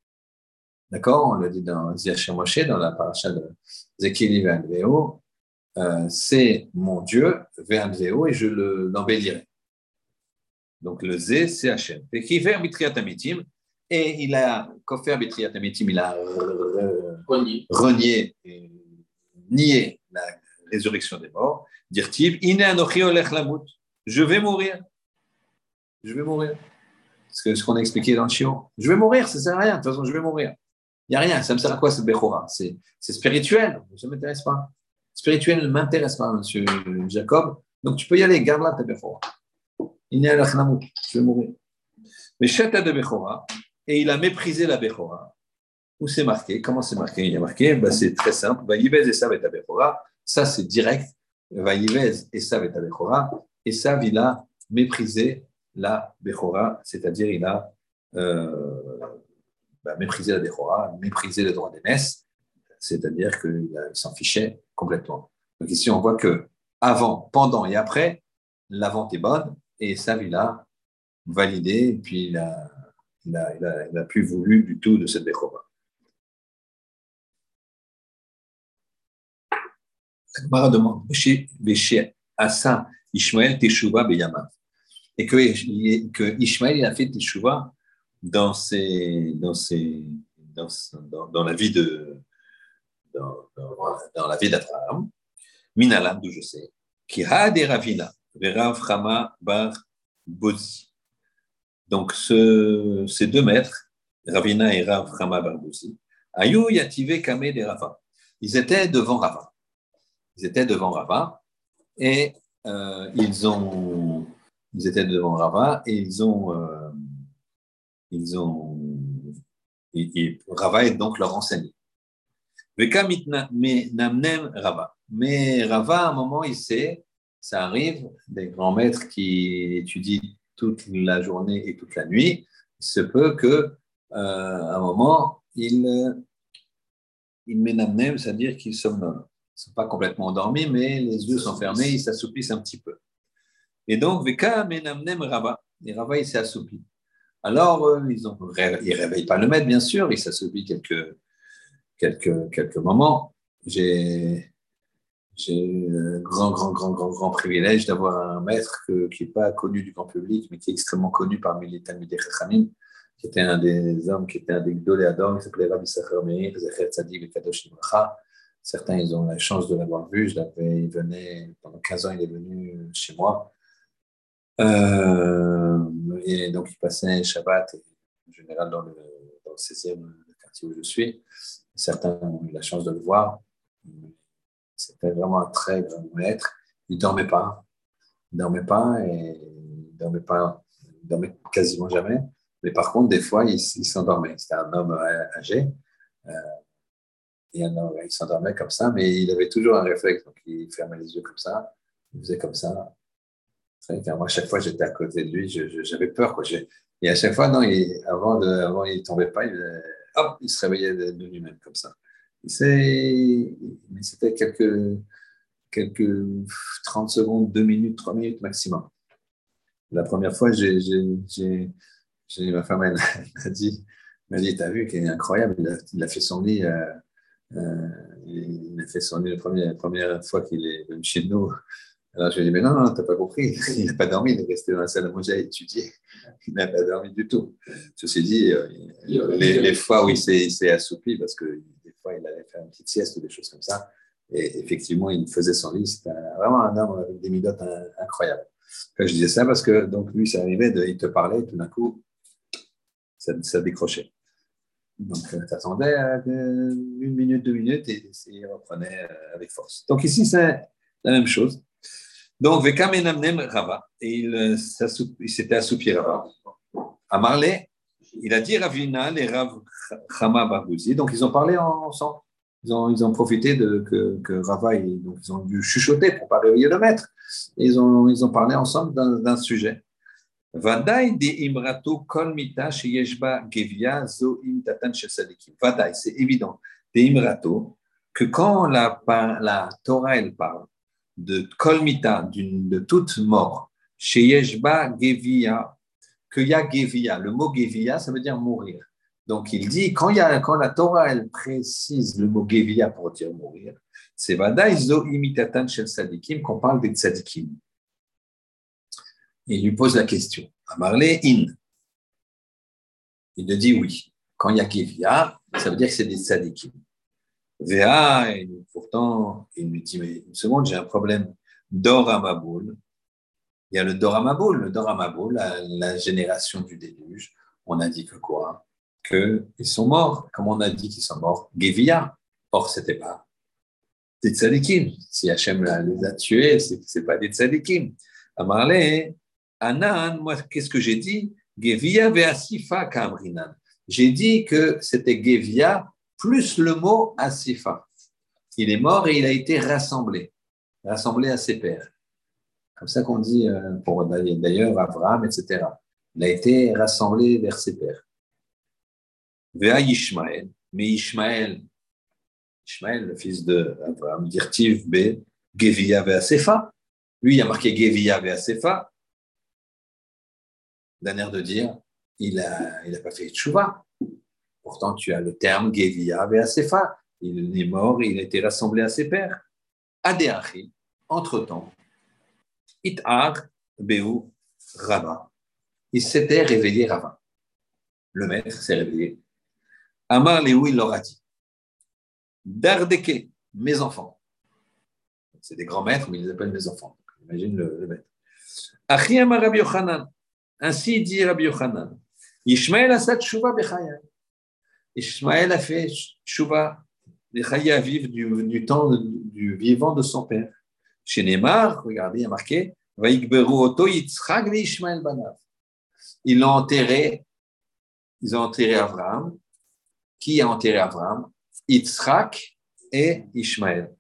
D'accord? On le dit dans Ziyachem Moshe, dans la paracha de Zekili Vanveo. euh, c'est mon Dieu, Ve'amzeo, et je le, l'embellirai. Donc le Zé, c'est Hachem. Et Kifer Bitriat Amitim, et il a, Kofer Bitriat Amitim, il a renié, renié et nié la résurrection des morts. Dire-t-il, Ine Anochi Olech Lamut, je vais mourir. Je vais mourir. C'est ce qu'on a expliqué dans le Shiur. Je vais mourir, ça ne sert à rien. De toute façon, je vais mourir. Il n'y a rien. Ça me sert à quoi, ce Bechora? C'est, c'est spirituel. Ça ne m'intéresse pas. Spirituel ne m'intéresse pas, monsieur Jacob. Donc, tu peux y aller. Garde là ta Bechora. Il n'y a je vais mourir. Mais Shata de Bechora, et il a méprisé la Bechora. Où c'est marqué? Comment c'est marqué? Il y a marqué, ben, c'est très simple. Vaïvez Esav et Bechora. Ça, c'est direct. Vaïvez Esav et Bechora. Esav, il a méprisé la Bechora, c'est-à-dire il a euh, bah, méprisé la Bechora, méprisé le droit d'aînesse, c'est-à-dire qu'il s'en fichait complètement. Donc ici, on voit que avant, pendant et après, la vente est bonne, et Esav, il a validé, et puis il a, il a, il a, il a plus voulu du tout de cette Bechora. La Gemara demande, Véché Asa Ishmael Teshuva Beyamav. Et que, que Ishmael il a fait Teshuva dans, ses, dans, ses, dans, dans, dans la vie de dans, dans, dans la vie d'Abraham, Minalam, d'où je sais, qui a des Ravina, Verav Chama Bar Bozi. Donc ce, ces deux maîtres, Ravina et Rav Chama Bar Bozi, Ayu Yative Kame de Rava. Ils étaient devant Rava. Ils étaient devant Rava et euh, ils ont Ils étaient devant Rava et ils ont, euh, ils ont, et, et Rava est donc leur enseignant. Rava. Mais Rava, à un moment, il sait, ça arrive, des grands maîtres qui étudient toute la journée et toute la nuit, il se peut que, euh, à un moment, ils, ils menamnem, c'est-à-dire qu'ils somnolent. Ils ne sont pas complètement endormis, mais les yeux sont fermés, ils s'assoupissent un petit peu. Et donc, Veka menamnem Rava. Et Rava, il s'est assoupi. Alors, euh, ils ne réveillent pas le maître, bien sûr, il s'assoupit quelques, quelques, quelques moments. J'ai, j'ai le grand, grand, grand, grand, grand privilège d'avoir un maître que, qui n'est pas connu du grand public, mais qui est extrêmement connu parmi les Talmidei Chachamim, qui était un des hommes, qui était un des Gdolei Hador, qui s'appelait Rabbi Sacher Meir, Zecher Tzadik Vekadosh Livracha. Certains, ils ont la chance de l'avoir vu. Je l'avais, il venait, pendant quinze ans, il est venu chez moi. Euh, et donc, il passait Shabbat, et en général dans le, dans le seizième, le quartier où je suis. Certains ont eu la chance de le voir. C'était vraiment un très grand maître. Il ne dormait pas. Il ne dormait pas et il ne dormait pas, il dormait quasiment jamais. Mais par contre, des fois, il, il s'endormait. C'était un homme âgé. Euh, et alors, il s'endormait comme ça, mais il avait toujours un réflexe. Donc, il fermait les yeux comme ça. Il faisait comme ça. Moi, à chaque fois, j'étais à côté de lui, je, je, j'avais peur. Quoi. Et à chaque fois, non, il, avant, de, avant, il ne tombait pas, il, hop, il se réveillait de, de lui-même comme ça. C'est, mais c'était quelques, quelques trente secondes, deux minutes, trois minutes maximum. La première fois, j'ai, j'ai, j'ai, j'ai ma femme, elle m'a dit, m'a dit, t'as vu qu'il est incroyable, il a, il a fait son lit, euh, euh, il a fait son lit la première, la première fois qu'il est venu chez nous. Alors je lui ai dit, mais non, non, t'as pas compris, il n'a pas dormi, il est resté dans la salle à manger à étudier, il n'a pas dormi du tout. Ceci dit, euh, les, les fois où il s'est, il s'est assoupi, parce que des fois il allait faire une petite sieste ou des choses comme ça, et effectivement il faisait son lit, c'était vraiment un homme avec des midotes incroyables. Quand je disais ça, parce que donc lui, ça arrivait, de, il te parlait, tout d'un coup, ça, ça décrochait. Donc, tu attendais euh, une minute, deux minutes, et, et il reprenait euh, avec force. Donc ici, c'est la même chose. Donc, Veka menamnem Rava, et il, il s'était assoupi Rava. À Marley, il a dit Ravina et Rav Chama Barbouzi, donc ils ont parlé ensemble. Ils ont, ils ont profité de que, que Rava, ils, donc ils ont dû chuchoter pour ne pas réveiller le maître. Et ils ont, ils ont parlé ensemble d'un, d'un sujet. Vadaï de imrato kol mita sheyeshba gevia zo im tatan shel sadikim. Vadaï, c'est évident, de imrato, que quand la, la Torah, elle parle de kol mita, de toute mort, sheyeshba gevia, qu'il y a gevia. Le mot gevia, ça veut dire mourir. Donc, il dit, quand, il y a, quand la Torah, elle précise le mot Gevia pour dire mourir, c'est Vadaï zo imitatan shel tzadikim, qu'on parle des tzadikim. Il lui pose la question. Amarle in. Il lui dit oui. Quand il y a Gevia, ça veut dire que c'est des tzadikim. Véa, et pourtant, il lui dit, mais une seconde, j'ai un problème. Dor Amaboul. Il y a le Dor Amaboul. Le Dor Amaboul, la, la génération du déluge, on a dit que quoi? Qu'ils sont morts. Comme on a dit qu'ils sont morts, Gevia. Or, ce n'était pas des tzadikim. Si Hachem les a tués, ce n'est pas des tzadikim. Amarle, Anan, moi, qu'est-ce que j'ai dit? Gevia ve'asifa kamrinan. J'ai dit que c'était Gevia plus le mot asifa. Il est mort et il a été rassemblé, rassemblé à ses pères. Comme ça qu'on dit pour d'ailleurs Abraham, et cetera. Il a été rassemblé vers ses pères. Vea Ishmael, mais Ishmael, Ishmael, le fils d'Abraham, dirtiv be Gevia ve'asefa. Lui, il a marqué Gevia ve'asefa. D'un air de dire, il n'a il a pas fait tchouva. Pourtant, tu as le terme Gevia ve'asefa. Il est mort et il a été rassemblé à ses pères. Adéachi, entre-temps, Itar Beu Rava. Il s'était réveillé Rava. Le maître s'est réveillé. Amar Léou, il leur a dit Dardeke, mes enfants. C'est des grands maîtres, mais ils les appellent mes enfants. Imagine le, le maître. Achi Amar Rabbi Yochanan. Ainsi dit Rabbi Yochanan. Ishmael asad tshuva bechaya. Ishmael a fait tshuva bechaya, vivre du, du temps du vivant de son père. Chez Neymar, regardez, il y a marqué Vaïkberu oto Yitzchak ve Ishmael banav. Ils l'ont enterré, ils ont enterré Abraham. Qui a enterré Abraham? Yitzchak et Ishmael.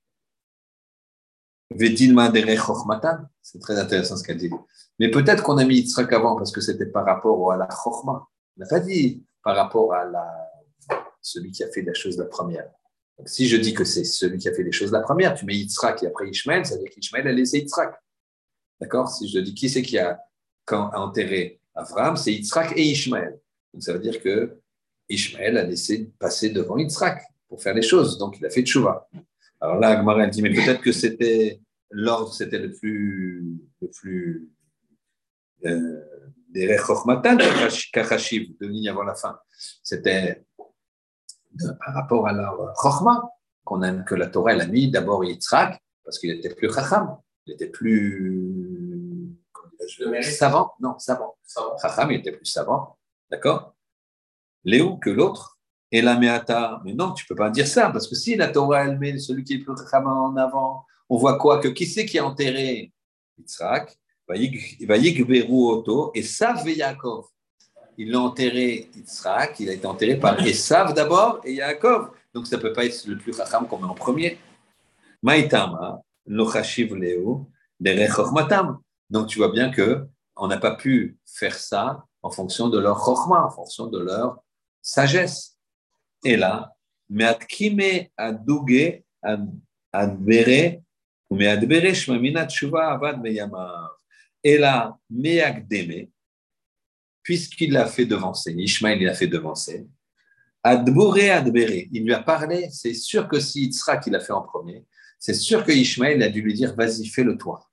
Vedilma derech chochmatan. C'est très intéressant ce qu'elle dit. Mais peut-être qu'on a mis Yitzchak avant parce que c'était par rapport à la chochma. On n'a pas dit par rapport à la, celui qui a fait la chose la première. Donc, si je dis que c'est celui qui a fait les choses la première, tu mets Yitzhak et après Ishmael, ça veut dire qu'Ishmael a laissé Yitzhak. D'accord? Si je dis qui c'est qui a, quand, a enterré Abraham, c'est Yitzhak et Ishmael. Donc, ça veut dire que Ishmael a laissé passer devant Yitzhak pour faire les choses. Donc, il a fait tchouva. Alors là, Agmara dit, mais peut-être que c'était l'ordre, c'était le plus, le plus euh, des Chochmatan, Kachashiv, deux lignes avant la fin. C'était de, par rapport à la Chochma, qu'on a, que la Torah elle a mis d'abord Yitzhak, parce qu'il était plus Chacham, il était plus savant, non, savant. Chacham, il était plus savant, d'accord? Léo que l'autre, et la Meata, mais non, tu ne peux pas dire ça, parce que si la Torah elle met celui qui est plus Chacham en avant, on voit quoi? Que qui c'est qui a enterré Yitzhak? Vayikberu oto, et Sav Yaakov. Ils l'ont enterré, Yitzhak, il a été enterré par Esav d'abord et Yaakov. Donc ça ne peut pas être le plus chacham qu'on met en premier. Maïtama, Lochashiv Leo, Derech Chochmatam. Donc tu vois bien qu'on n'a pas pu faire ça en fonction de leur chochma, en fonction de leur sagesse. Et là, Meatkime Adouge Adbere, ou Meadbere Shmamina Tshuva Avad Meyamav. Et là, Meakdeme, puisqu'il l'a fait devancer, Ishmael il l'a fait devancer, Adboré Adbéré, il lui a parlé, c'est sûr que si Yitzhak il l'a fait en premier, c'est sûr que Ishmael a dû lui dire, vas-y, fais-le toi.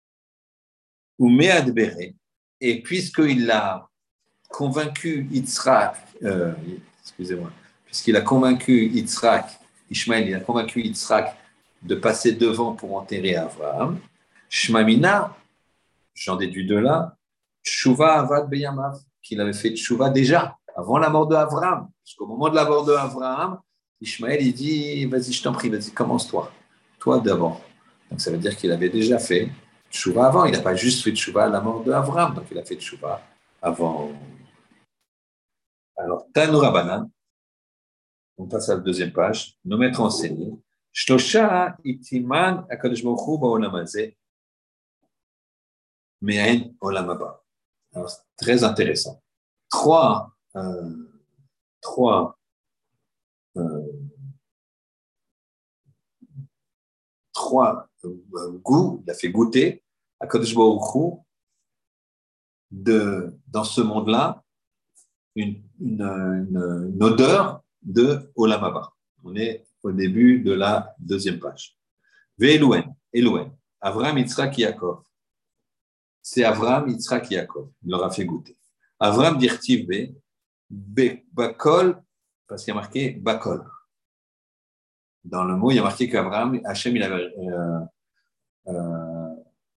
Ou Meadbéré, et puisqu'il l'a convaincu Yitzhak, euh, excusez-moi, puisqu'il a convaincu Yitzhak, Ishmael, il a convaincu Yitzhak de passer devant pour enterrer Abraham, Shmamina, j'en déduis de là, Tshuva Avad Beyamav, qu'il avait fait Tshuva déjà, avant la mort de Abraham. Parce qu'au moment de la mort de Abraham, Ishmael, il dit, vas-y, je t'en prie, vas-y, commence-toi. Toi d'abord. Donc ça veut dire qu'il avait déjà fait Tshuva avant. Il n'a pas juste fait Tshuva à la mort de Abraham, donc il a fait Tshuva avant. Alors, Tanu Rabbanan, on passe à la deuxième page, nos maîtres enseignés, Shlosha itiman akadosh baruch hu ba'olam hazeh, me'en olam haba. Alors, c'est très intéressant. Trois, euh, trois, euh, trois euh, goûts, il a fait goûter à Kadosh Baruch Hu de, dans ce monde-là, une, une, une, une odeur de Olam Haba. On est au début de la deuxième page. Ve'elouen, Elouen, Avram, Yitzhak, Yaakov. C'est Avram, Yitzhak, Yaakov. Il leur a fait goûter. Avram dirtiv be, be, bakol, parce qu'il y a marqué bakol. Dans le mot, il y a marqué qu'Avram, Hachem, il avait euh, euh,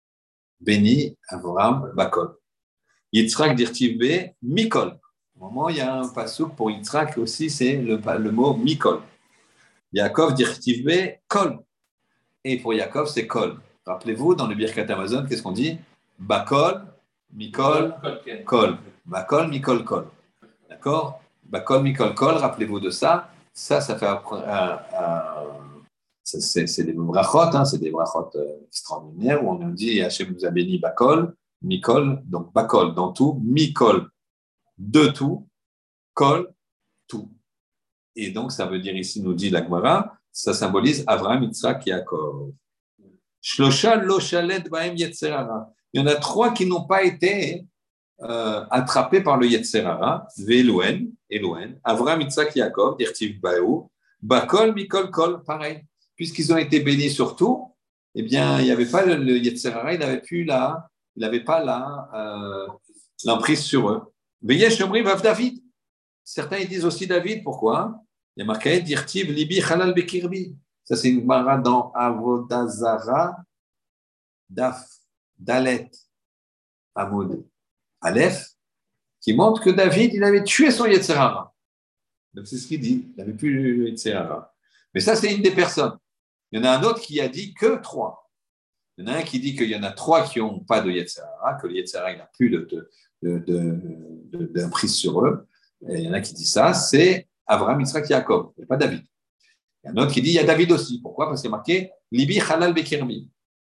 béni Avram, bakol. Yitzhak dirtiv be, mikol. Au moment, il y a un passouk pour Yitzhak aussi, c'est le, le mot mikol. Yaakov dirtiv be, kol. Et pour Yaakov, c'est kol. Rappelez-vous, dans le Birkat Amazon, qu'est-ce qu'on dit? Bakol, mikol, kol. Bakol, mikol, kol. D'accord? Bakol, mikol, kol, rappelez-vous de ça. Ça, ça fait un, un, un, c'est, c'est des brachot, hein, c'est des brachot extraordinaires où on nous dit Hachem nous a béni Bakol, mikol, donc Bakol dans tout, mikol de tout, kol tout. Et donc, ça veut dire ici, nous dit la Gemara, ça symbolise Avraham, Yitzhak, Yaakov. Shlosha lo shaled bahem yetzer hara. Il y en a trois qui n'ont pas été euh, attrapés par le yetzer hara. Ve'elouen, Elouen, Avraham, Yitzhak, Yaakov, dirtiv baou, bakol, mikol, kol, pareil. Puisqu'ils ont été bénis sur tout, eh bien, il n'y avait pas le, le yetzer hara, il n'avait plus la, il n'avait pas la, euh, l'emprise sur eux. Veyesh omri vav David. Certains ils disent aussi David. Pourquoi? Il y a marqué dirtiv libi halal bekirbi. Ça, c'est une mara dans Avodazara, Daf, Dalet, Hamoud, Aleph, qui montre que David, il avait tué son Yetzer hara. Donc, c'est ce qu'il dit. Il n'avait plus le Yetzer hara. Mais ça, c'est une des personnes. Il y en a un autre qui a dit que trois. Il y en a un qui dit qu'il y en a trois qui n'ont pas de Yetzer hara, que le Yetzer hara, il n'a plus de, de, de, de, de, d'emprise sur eux. Et il y en a qui dit ça, c'est Avraham, Yitzhak, Yaakov, et pas David. Il y a un autre qui dit il y a David aussi. Pourquoi? Parce qu'il y a marqué Libi Halal Bekirbi.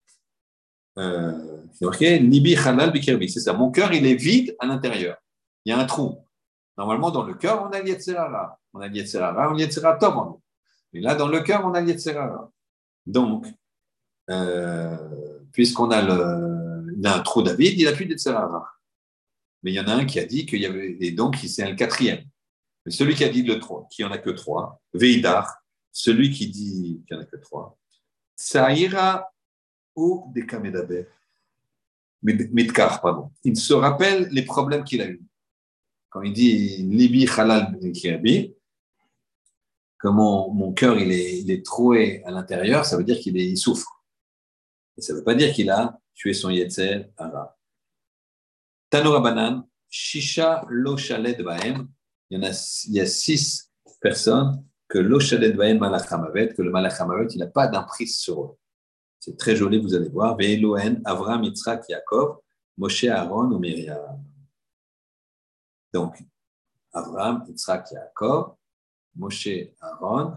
Euh, c'est marqué Libi Halal Bekirbi. C'est ça. Mon cœur, il est vide à l'intérieur. Il y a un trou. Normalement, dans le cœur, on a l'Yetzer hara. On a l'Yetzer hara, on a l'Yetzer hara Tov en nous. Et là, dans le cœur, on a l'Yetzer hara. Donc, euh, puisqu'on a, le, il a un trou David, il n'a plus d'Yetzer hara. Mais il y en a un qui a dit qu'il y avait. Et donc, c'est un quatrième. Mais celui qui a dit le trois, qu'il n'y en a que trois, Veidar. Celui qui dit qu'il n'y en a que trois, Saïra ou des Kamedaber, Midkar, pardon. Il se rappelle les problèmes qu'il a eus. Quand il dit Libi Halal Bekirbi, que mon, mon cœur il est, il est troué à l'intérieur, ça veut dire qu'il est, il souffre. Et ça ne veut pas dire qu'il a tué son Yetzer hara. Tanura Banan, Shisha Lo Shaled Bahem, il y en a, il y a six personnes que l'Oshalet Baen Malach Hamavet, que le Malach Hamavet, il n'a pas d'emprise sur eux. C'est très joli, vous allez voir. Ve'elohen, Avram, Yitzhak, Yaakov, Moshe, Aaron ou Myriam. Donc, Avram, Yitzhak, Yaakov, Moshe, Aaron.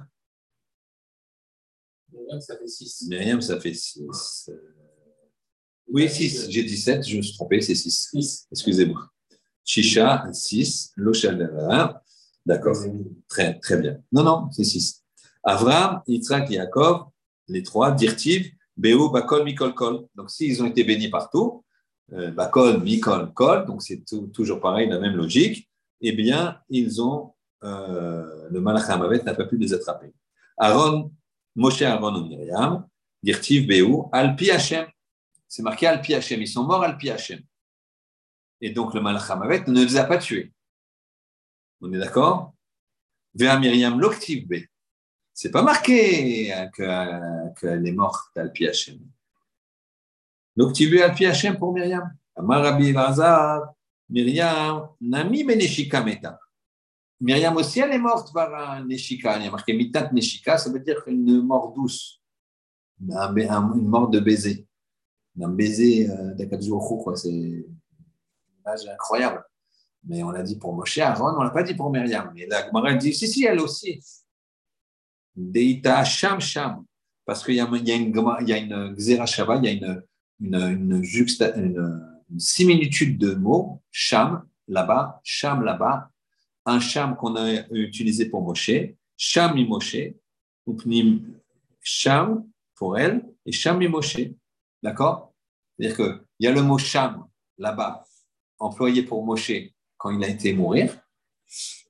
Myriam, ça fait six. Myriam, ça fait six. Oui, six. J'ai dit sept, je me suis trompé, c'est six. six. Excusez-moi. Shisha, six. L'Oshalet Baen. D'accord, très, très bien. Non, non, c'est six. Avram, Yitzhak, Yaakov, les trois, Dirtiv, Béou, Bakol, Mikol, Kol. Donc, s'ils ont été bénis partout, euh, Bakol, Mikol, Kol, donc c'est tout, toujours pareil, la même logique, eh bien, ils ont, euh, le Malach Hamavet n'a pas pu les attraper. Aaron, Moshe, Aaron ou Myriam, Dirtiv, Béou, Alpi Hashem. C'est marqué Alpi Hashem. Ils sont morts Alpi Hashem. Et donc, le Malach Hamavet ne les a pas tués. On est d'accord? Vers Myriam Loktiv B. C'est pas marqué qu'elle est morte Alpi Hashem. Loktiv B Alpi Hashem pour Myriam. Amar Rabbi Elazar, Myriam, Nami Meneshika Meta. Myriam aussi, elle est morte par un Neshika. Il y a marqué Mitat Neshika, ça veut dire une mort douce. Un, un, une mort de baiser. Un baiser euh, d'Akadjouchou, quoi. C'est une image incroyable. Mais on l'a dit pour Moshe, Aaron, on ne l'a pas dit pour Myriam. Mais la Gemara dit, si, si, elle aussi. Deita Sham Sham. Parce qu'il y a, il y a une, il y a une Xera Shava, il y a une, une, une, juxta, une, une similitude de mots. Sham, là-bas, Sham, là-bas. Un Sham qu'on a utilisé pour Moshe. Sham mi Moshe. Upnim Sham pour elle. Et Sham mi Moshe. D'accord? C'est-à-dire qu'il y a le mot Sham, là-bas, employé pour Moshe, quand il a été mourir,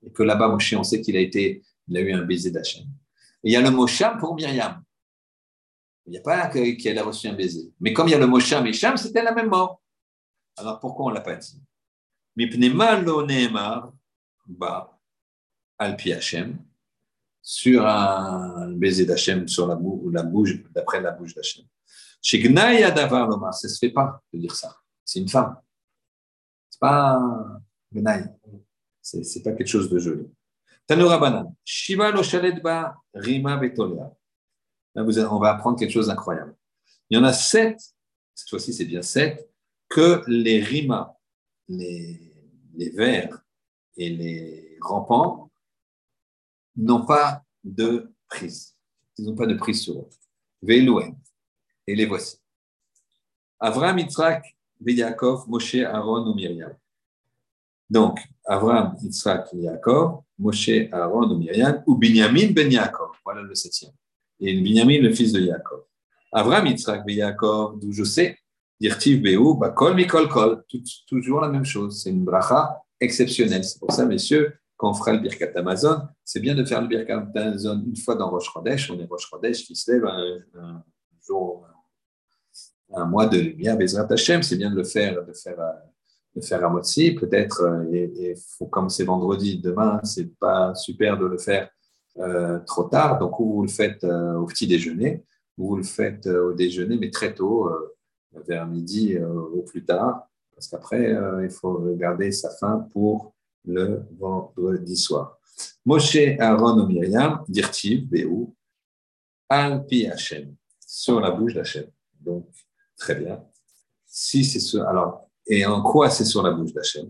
et que là-bas, Moshe, on sait qu'il a été, il a eu un baiser d'Hachem. Et il y a le mot Sham pour Myriam. Il n'y a pas qu'elle a reçu un baiser. Mais comme il y a le mot Sham et Sham, c'était la même mort. Alors pourquoi on ne l'a pas dit? Mipnema lo neemar ba al pi Hachem, sur un baiser d'Hachem sur la bouche, la bouche d'après la bouche d'Hachem. Chez Gnaïa Davar Lomar, ça ne se fait pas de dire ça. C'est une femme. Ce n'est pas Gnaï. Ce n'est pas quelque chose de joli. Tanoura Banan. Shiva lo shalet ba rima betolia. Là, vous, on va apprendre quelque chose d'incroyable. Il y en a sept, cette fois-ci c'est bien sept, que les rimas, les, les vers et les rampants n'ont pas de prise. Ils n'ont pas de prise sur eux. Ve'elouen. Et les voici. Avraham, Yitzhak, Yaakov, Moshe, Aaron ou Myriam. Donc, Avraham, Yitzhak, Yaakov, Moshe, Aaron ou Myriam, ou Binyamin ben Yaakov. Voilà le septième. Et Binyamin, le fils de Yaakov. Avraham, Yitzhak, Yaakov, d'où je sais, Dirtiv, Be'u, Bakol, Mikol, Kol. Toujours la même chose. C'est une bracha exceptionnelle. C'est pour ça, messieurs, quand on fera le Birkat Hamazon, c'est bien de faire le Birkat Hamazon une fois dans Rosh Chodesh. On est Rosh Chodesh qui se lève un, un jour, un mois de lumière, Bezrat Hashem, c'est bien de le faire, de faire, de faire à Motsi, peut-être, et, et faut, comme c'est vendredi, demain, c'est pas super de le faire euh, trop tard, donc ou vous le faites euh, au petit déjeuner, ou vous le faites euh, au déjeuner, mais très tôt, euh, vers midi euh, au plus tard, parce qu'après, euh, il faut garder sa faim pour le vendredi soir. Moshe, Aaron ou Myriam, Dirtiv, Be'u, Al Pi Hashem, sur la bouche d'Hachem. Donc, très bien. Si c'est sur, alors, et en quoi c'est sur la bouche d'Hachem?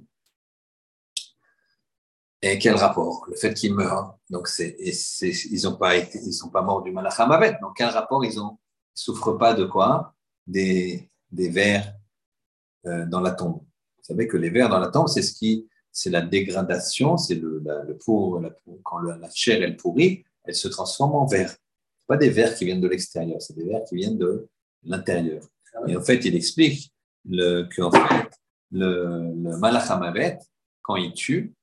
Et quel rapport? Le fait qu'ils meurent. Donc, c'est, et c'est, ils n'ont pas été, ils sont pas morts du Malach HaMavet. Donc, quel rapport ils ont? Ils souffrent pas de quoi? Des, des vers euh, dans la tombe. Vous savez que les vers dans la tombe, c'est ce qui, c'est la dégradation, c'est le, la, le pour, la, quand la, la chair elle pourrit, elle se transforme en vers. C'est pas des vers qui viennent de l'extérieur, c'est des vers qui viennent de l'intérieur. Et en fait, il explique le, qu'en fait, le, le Malach HaMavet, quand il tue,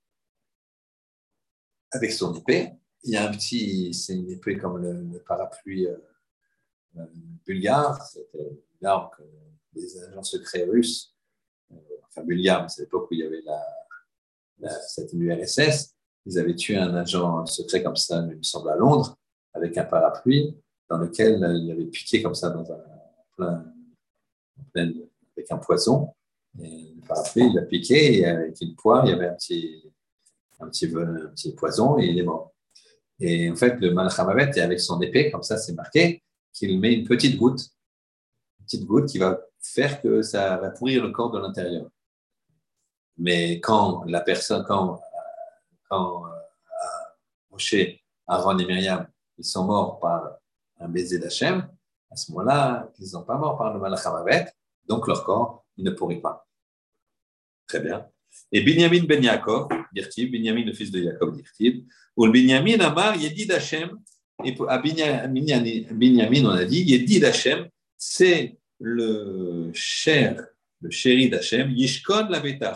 avec son épée, il y a un petit, c'est une épée comme le, le parapluie euh, euh, bulgare, c'était une arme que les agents secrets russes, euh, enfin bulgare, c'est l'époque où il y avait la, la, cette U R S S, ils avaient tué un agent secret comme ça, il me semble à Londres, avec un parapluie dans lequel euh, il avait piqué comme ça dans un plein, plein avec un poison. Et le parapluie, il l'a piqué et avec une poire, il y avait un petit, un petit, un petit poison et il est mort. Et en fait, le Malach HaMavet, avec son épée, comme ça, c'est marqué qu'il met une petite goutte, une petite goutte qui va faire que ça va pourrir le corps de l'intérieur. Mais quand la personne, quand, quand euh, Moshe, Aaron et Myriam, ils sont morts par un baiser d'Hachem, à ce moment-là, ils ne sont pas morts par le Malach HaMavet, donc leur corps, il ne pourrit pas. Très bien. Et Binyamin ben Yaakov, Dirtiv, Binyamin le fils de Yaakov, Dirtiv, ou le Binyamin Amar, Yedid Hashem, et à Binyamin, on a dit, Yedid Hashem, c'est le cher, le chéri d'Hachem, Yishkon Lavetach.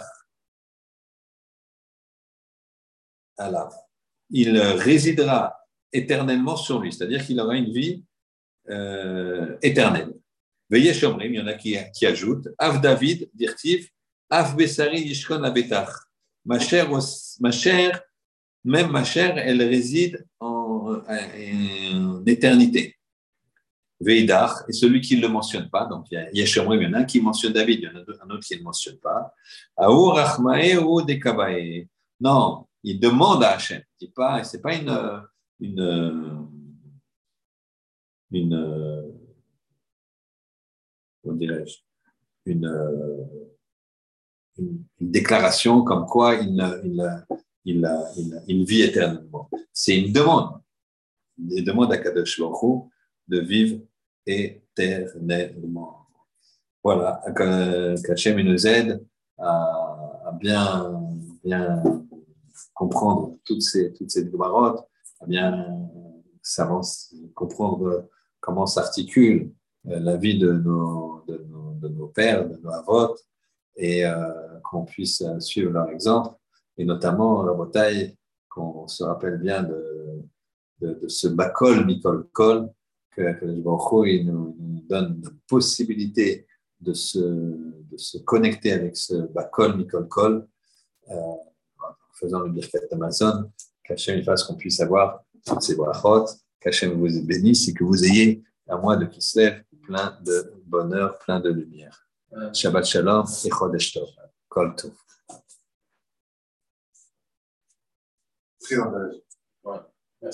Alors, il résidera éternellement sur lui, c'est-à-dire qu'il aura une vie euh, éternelle. Veuillez Shomrim, il y en a qui, qui ajoutent, Av David, Dirtiv, Af Besari Yishkon Lavetach. Ma chère, ma chère, même ma chère, elle réside en, en, en éternité. Veidach, et celui qui ne le mentionne pas, donc il y a Yeshomrim, il y en a un qui mentionne David, il y en a un autre qui ne mentionne pas. Aou Rachmae ou Dekabae. Non, il demande à Hachem. Ce n'est pas, c'est pas une, une, une, comment dirais-je, une, une, une déclaration comme quoi il, il, il, il, il vit éternellement. C'est une demande. Il demande à Kadosh Baruch Hu de vivre éternellement. Voilà, qu'Hachem nous aide à, à bien, bien comprendre toutes ces, toutes ces barottes, à bien savoir, comprendre comment s'articule la vie de nos, de nos, de nos pères, de nos avots, et euh, qu'on puisse suivre leur exemple, et notamment la bataille qu'on se rappelle bien de, de, de ce Bakol Mikol Kol, que Akadosh Baruch Hu, il nous, nous donne la possibilité de se, de se connecter avec ce Bakol Mikol Kol, euh, en faisant le Birkat Amazon, qu'Hachem fasse qu'on puisse avoir toutes ces brachot, qu'Hachem vous bénisse et que vous ayez un mois de Kislev plein de bonheur, plein de lumière. Shabbat Shalom et Chodesh Tov. Kol Tov. Très emballage.